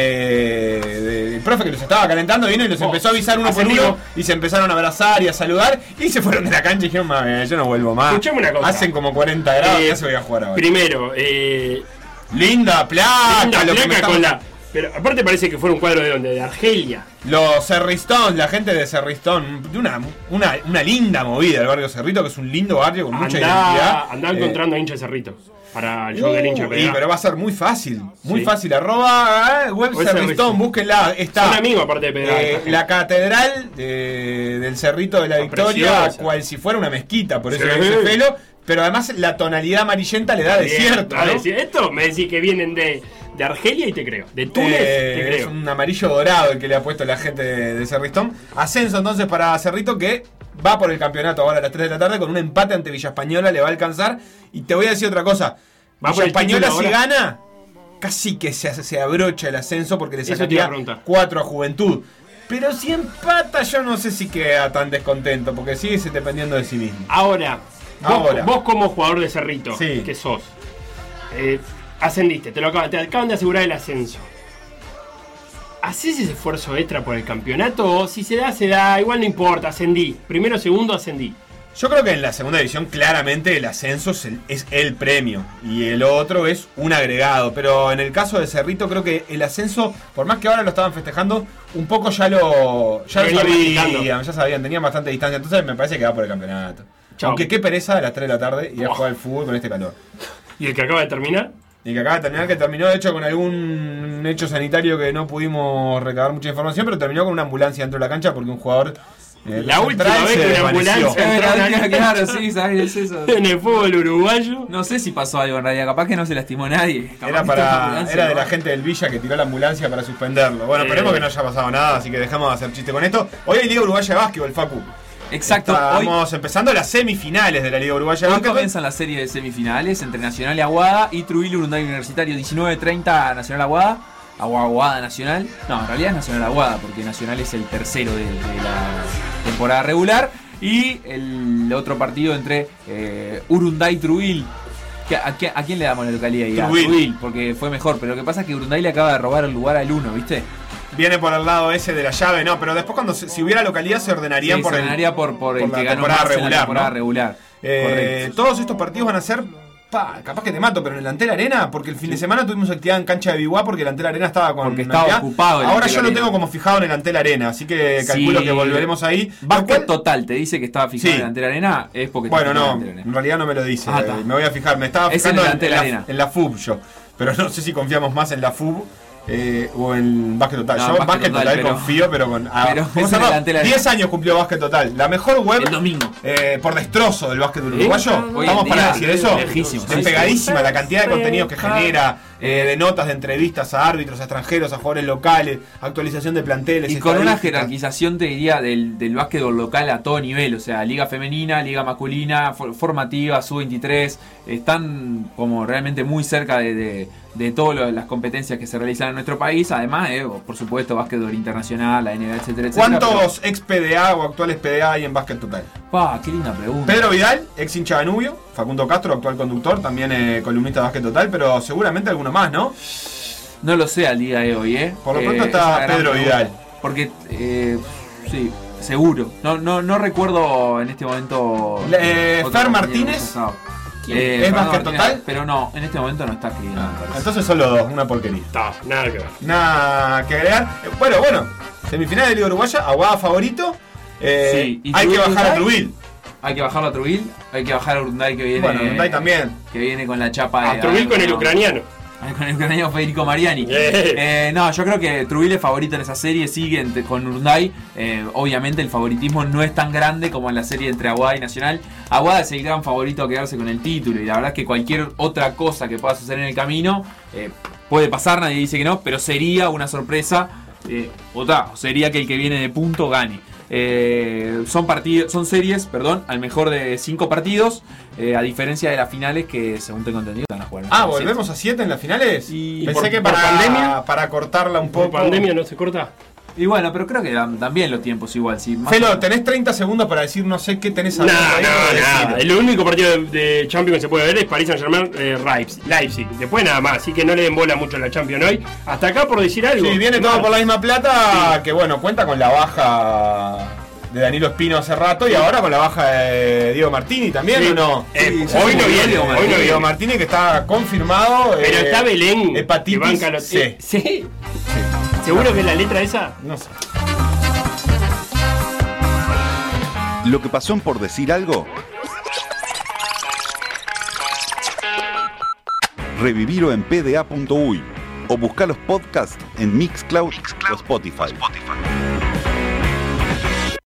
Speaker 2: de, el profe que los estaba calentando vino y los
Speaker 1: Oh,
Speaker 2: empezó a avisar uno por
Speaker 1: ascendido.
Speaker 2: uno y se empezaron a abrazar y a saludar y se fueron de la cancha y dijeron, "Mame, yo no vuelvo más".
Speaker 1: Escuchame una cosa.
Speaker 2: Hacen como cuarenta grados,
Speaker 1: Eh,
Speaker 2: ya se voy a jugar ahora.
Speaker 1: Primero, eh,
Speaker 2: Linda placa,
Speaker 1: linda
Speaker 2: lo que
Speaker 1: placa
Speaker 2: me estamos-
Speaker 1: con la. Pero aparte parece que fue un cuadro de donde, de Argelia.
Speaker 2: Los Cerristón, la gente de Cerristón, de una, una, una linda movida el barrio Cerrito, que es un lindo barrio con mucha identidad.
Speaker 1: Andá, andá
Speaker 2: Eh,
Speaker 1: encontrando a hincha de Cerrito para el show del hincha
Speaker 2: uh,
Speaker 1: P D A.
Speaker 2: y, pero va a ser muy fácil, muy
Speaker 1: Sí.
Speaker 2: fácil. Arroba eh, web
Speaker 1: Web
Speaker 2: Cerristón,
Speaker 1: Cerristón.
Speaker 2: búsquenla. Está
Speaker 1: Son amigos aparte de P D A.
Speaker 2: eh,
Speaker 1: esta gente.
Speaker 2: la catedral de- del Cerrito de la Victoria,
Speaker 1: preciosa.
Speaker 2: cual si fuera una mezquita, por eso
Speaker 1: Sí.
Speaker 2: le dice pelo. Pero además la tonalidad amarillenta le da
Speaker 1: Bien,
Speaker 2: desierto.
Speaker 1: da
Speaker 2: ¿no?
Speaker 1: desierto. Esto me decís que vienen de, de Argelia y te creo. De Túnez
Speaker 2: Eh,
Speaker 1: te
Speaker 2: es
Speaker 1: creo.
Speaker 2: un amarillo dorado el que le ha puesto la gente de, de Cerristón. Ascenso entonces para Cerrito que va por el campeonato ahora a las tres de la tarde con un empate ante Villa Española, le va a alcanzar. Y te voy a decir otra cosa.
Speaker 1: Va por
Speaker 2: Villa
Speaker 1: el
Speaker 2: Española
Speaker 1: título
Speaker 2: si
Speaker 1: ahora.
Speaker 2: gana, casi que se, hace- se abrocha el ascenso porque le
Speaker 1: Eso te iba a
Speaker 2: sacaría
Speaker 1: preguntar.
Speaker 2: cuatro a Juventud. Pero si empata yo no sé si queda tan descontento porque sigue dependiendo de sí mismo.
Speaker 1: Ahora, vos,
Speaker 2: Ahora.
Speaker 1: vos como jugador de Cerrito,
Speaker 2: Sí.
Speaker 1: que sos, eh, ascendiste, te, lo acaban, te acaban de asegurar el ascenso. ¿Hacés ese esfuerzo extra por el campeonato? O si se da, se da, igual no importa, ascendí. Primero, segundo, ascendí.
Speaker 2: Yo creo que en la segunda división claramente el ascenso es el, es el premio y el otro es un agregado. Pero en el caso de Cerrito creo que el ascenso, por más que ahora lo estaban festejando, un poco ya lo, ya lo
Speaker 1: Venía masticando.
Speaker 2: sabían, ya sabían, tenían bastante distancia. Entonces me parece que va por el campeonato.
Speaker 1: Chau.
Speaker 2: Aunque qué pereza a las tres de la tarde ir a
Speaker 1: Oh.
Speaker 2: jugar al fútbol con este calor.
Speaker 1: ¿Y el que acaba de terminar?
Speaker 2: Y que acaba de terminar, que terminó de hecho con algún hecho sanitario que no pudimos recabar mucha información, pero terminó con una ambulancia dentro de la cancha porque un jugador... eh,
Speaker 1: La última
Speaker 2: central
Speaker 1: vez
Speaker 2: se
Speaker 1: que una
Speaker 2: desvaneció.
Speaker 1: ambulancia entró en la-
Speaker 3: Claro, sí, ¿sabes? Es eso.
Speaker 1: En el fútbol uruguayo.
Speaker 3: No sé si pasó algo en realidad, capaz que no se lastimó nadie. Capaz
Speaker 2: Era
Speaker 3: que
Speaker 2: para
Speaker 3: esta ambulancia
Speaker 2: era de
Speaker 3: no.
Speaker 2: la gente del Villa que tiró la ambulancia para suspenderlo. Bueno,
Speaker 1: Eh.
Speaker 2: esperemos que no haya pasado nada, así que dejamos de hacer chiste con esto. Hoy hay Liga Uruguaya de Básquetbol, Facu.
Speaker 3: Exacto, hoy,
Speaker 2: Estamos empezando las semifinales de la Liga Uruguaya de
Speaker 3: hoy
Speaker 2: Básquetbol.
Speaker 3: comienzan la serie de semifinales entre Nacional y Aguada y Trujillo Urunday Universitario. diecinueve treinta Nacional Aguada. Agua- Aguada Nacional. No, en realidad es Nacional Aguada porque Nacional es el tercero de, de la temporada regular. Y el otro partido entre eh, Urunday y Trujillo. ¿Qué- ¿A, qué- a quién le damos la localidad? ahí? A
Speaker 2: Trujillo.
Speaker 3: Trujillo, porque fue mejor. Pero lo que pasa es que Urunday le acaba de robar el lugar al uno, ¿viste?
Speaker 2: Viene por el lado ese de la llave, no, pero después cuando se- si hubiera localidad se ordenarían
Speaker 3: Sí,
Speaker 2: por
Speaker 3: se
Speaker 2: el
Speaker 3: ordenaría por, por el
Speaker 2: la
Speaker 3: que ganó
Speaker 2: temporada
Speaker 3: más en la
Speaker 2: regular,
Speaker 3: temporada
Speaker 2: ¿no?
Speaker 3: regular.
Speaker 2: Eh,
Speaker 3: Correcto.
Speaker 2: todos estos partidos van a ser, pa, capaz que te mato, pero en el Antel Arena, porque el fin de semana tuvimos actividad en cancha de Biguá porque el Antel Arena estaba con
Speaker 3: Porque estaba
Speaker 2: actividad.
Speaker 3: ocupado el
Speaker 2: Ahora
Speaker 3: Antel
Speaker 2: yo lo
Speaker 3: Arena.
Speaker 2: tengo como fijado en el Antel Arena, así que calculo
Speaker 3: Sí.
Speaker 2: que volveremos ahí. Lo
Speaker 3: Básquet
Speaker 2: cual-
Speaker 3: total, te dice que estaba fijado
Speaker 2: Sí.
Speaker 3: en el Antel Arena, es porque
Speaker 2: Bueno,
Speaker 3: está fijado
Speaker 2: no,
Speaker 3: en el Antel
Speaker 2: en realidad no me lo dice.
Speaker 3: Ah,
Speaker 2: eh,
Speaker 3: está.
Speaker 2: me voy a fijar, me estaba
Speaker 3: Es
Speaker 2: fijando
Speaker 3: en el
Speaker 2: en,
Speaker 3: Antel
Speaker 2: en la,
Speaker 3: Arena.
Speaker 2: en la F U B yo, pero no sé si confiamos más en la F U B. Eh, o en Básquet Total.
Speaker 3: No,
Speaker 2: Yo en
Speaker 3: Básquet
Speaker 2: Básquet
Speaker 3: Total,
Speaker 2: Total,
Speaker 3: pero-
Speaker 2: confío, pero con. ah,
Speaker 3: pero
Speaker 2: ¿cómo
Speaker 3: es
Speaker 2: se
Speaker 3: el
Speaker 2: llama?
Speaker 3: delantero de-
Speaker 2: diez años cumplió Básquet Total. La mejor web.
Speaker 3: El domingo.
Speaker 2: Eh, por destrozo del básquet uruguayo.
Speaker 3: Hoy
Speaker 2: Estamos
Speaker 3: en
Speaker 2: para
Speaker 3: día,
Speaker 2: decir eso.
Speaker 3: lejísimo, sí,
Speaker 2: Despegadísima
Speaker 3: sí.
Speaker 2: la cantidad de contenidos que genera. Eh, de notas, de entrevistas a árbitros, a extranjeros, a jugadores locales, actualización de planteles.
Speaker 3: Y con una
Speaker 2: estadísticas.
Speaker 3: jerarquización, te diría, del, del básquetbol local a todo nivel. O sea, liga femenina, liga masculina, for- formativa, sub veintitrés. Están como realmente muy cerca de, de, de todas las competencias que se realizan en nuestro país. Además, eh, por supuesto, básquetbol internacional, la N B A, etcétera, etcétera.
Speaker 2: ¿Cuántos ex P D A o actuales P D A hay en Básquet Total?
Speaker 3: Pa, qué linda pregunta.
Speaker 2: Pedro Vidal, ex hincha Danubio. Facundo Castro, actual conductor, también eh, columnista de Básquet Total, pero seguramente alguno más, ¿no?
Speaker 3: No lo sé al día de hoy, ¿eh?
Speaker 2: Por lo
Speaker 3: Eh,
Speaker 2: pronto
Speaker 3: es
Speaker 2: está
Speaker 3: una gran
Speaker 2: Pedro
Speaker 3: pregunta.
Speaker 2: Vidal.
Speaker 3: Porque, eh, sí, seguro. No, no, no recuerdo en este momento.
Speaker 2: Eh,
Speaker 3: otro
Speaker 2: Fer
Speaker 3: compañero
Speaker 2: Martínez.
Speaker 3: procesado.
Speaker 2: ¿Quién?
Speaker 3: Eh,
Speaker 2: ¿Es
Speaker 3: Fernando
Speaker 2: Básquet
Speaker 3: Martínez,
Speaker 2: Total?
Speaker 3: Pero no, en este momento no está escribiendo. me parece.
Speaker 2: Entonces son los dos, una porquería.
Speaker 1: Está, nada que ver.
Speaker 2: Nada que agregar. Eh, Bueno, bueno, semifinal de Liga Uruguaya, Aguada favorito. Eh,
Speaker 3: Sí, ¿y
Speaker 2: hay que
Speaker 3: Trujillo
Speaker 2: bajar a
Speaker 3: Urunday?
Speaker 2: Trubil.
Speaker 3: Hay que bajarlo a Trubil, hay que bajar a Urunday que viene.
Speaker 2: Bueno, Urunday también.
Speaker 3: Que viene con la chapa de.
Speaker 1: A Trubil con el
Speaker 3: no,
Speaker 1: ucraniano.
Speaker 3: Con el ucraniano Federico Mariani.
Speaker 1: Yeah.
Speaker 3: Eh, no, yo creo que Trubil es favorito en esa serie, sigue entre- con Urunday. Eh, obviamente el favoritismo no es tan grande como en la serie entre Aguada y Nacional. Aguada es el gran favorito a quedarse con el título y la verdad es que cualquier otra cosa que pueda suceder en el camino eh, puede pasar, nadie dice que no, pero sería una sorpresa. Eh, otra, sería que el que viene de punto gane. Eh, son partidos, son series, perdón, al mejor de cinco partidos, eh, a diferencia de las finales que según tengo entendido van a jugar. en
Speaker 2: Ah,
Speaker 3: siete.
Speaker 2: ¿volvemos a siete en las finales?
Speaker 3: Y
Speaker 2: Pensé
Speaker 3: por-
Speaker 2: que
Speaker 3: por
Speaker 2: para,
Speaker 3: pandemia.
Speaker 2: para cortarla un
Speaker 1: ¿Por
Speaker 2: poco.
Speaker 1: pandemia no se corta?
Speaker 3: Y bueno, pero creo que dan- también los tiempos igual. Sí, más
Speaker 2: Felo, tenés treinta segundos para decir no sé qué tenés
Speaker 1: No,
Speaker 2: adentro ahí para
Speaker 1: no,
Speaker 2: decir.
Speaker 1: no. El único partido de, de Champions que se puede ver es Paris Saint-Germain, eh, Leipzig, Leipzig. Después nada más, así que no le den bola mucho a la Champions hoy. Hasta acá por decir algo.
Speaker 2: Sí, viene todo por la misma plata, que bueno, cuenta con la baja de Danilo Espino hace rato y ahora con la baja de Diego Martini también,
Speaker 1: Sí.
Speaker 2: ¿o no?
Speaker 1: Eh,
Speaker 2: Sí,
Speaker 1: hoy
Speaker 2: sí,
Speaker 1: no
Speaker 2: sí,
Speaker 1: viene,
Speaker 2: Diego
Speaker 1: hoy no
Speaker 2: Martini.
Speaker 1: viene.
Speaker 2: Diego Martini que está confirmado.
Speaker 1: Pero
Speaker 2: eh,
Speaker 1: está Belén.
Speaker 2: Hepatitis
Speaker 1: que banca los-
Speaker 2: C.
Speaker 1: eh, ¿Sí? ¿Seguro que es la letra esa?
Speaker 2: No sé.
Speaker 5: Lo que pasó en Por Decir Algo. Revivirlo en P D A punto U Y o buscar los podcasts en Mixcloud o Spotify.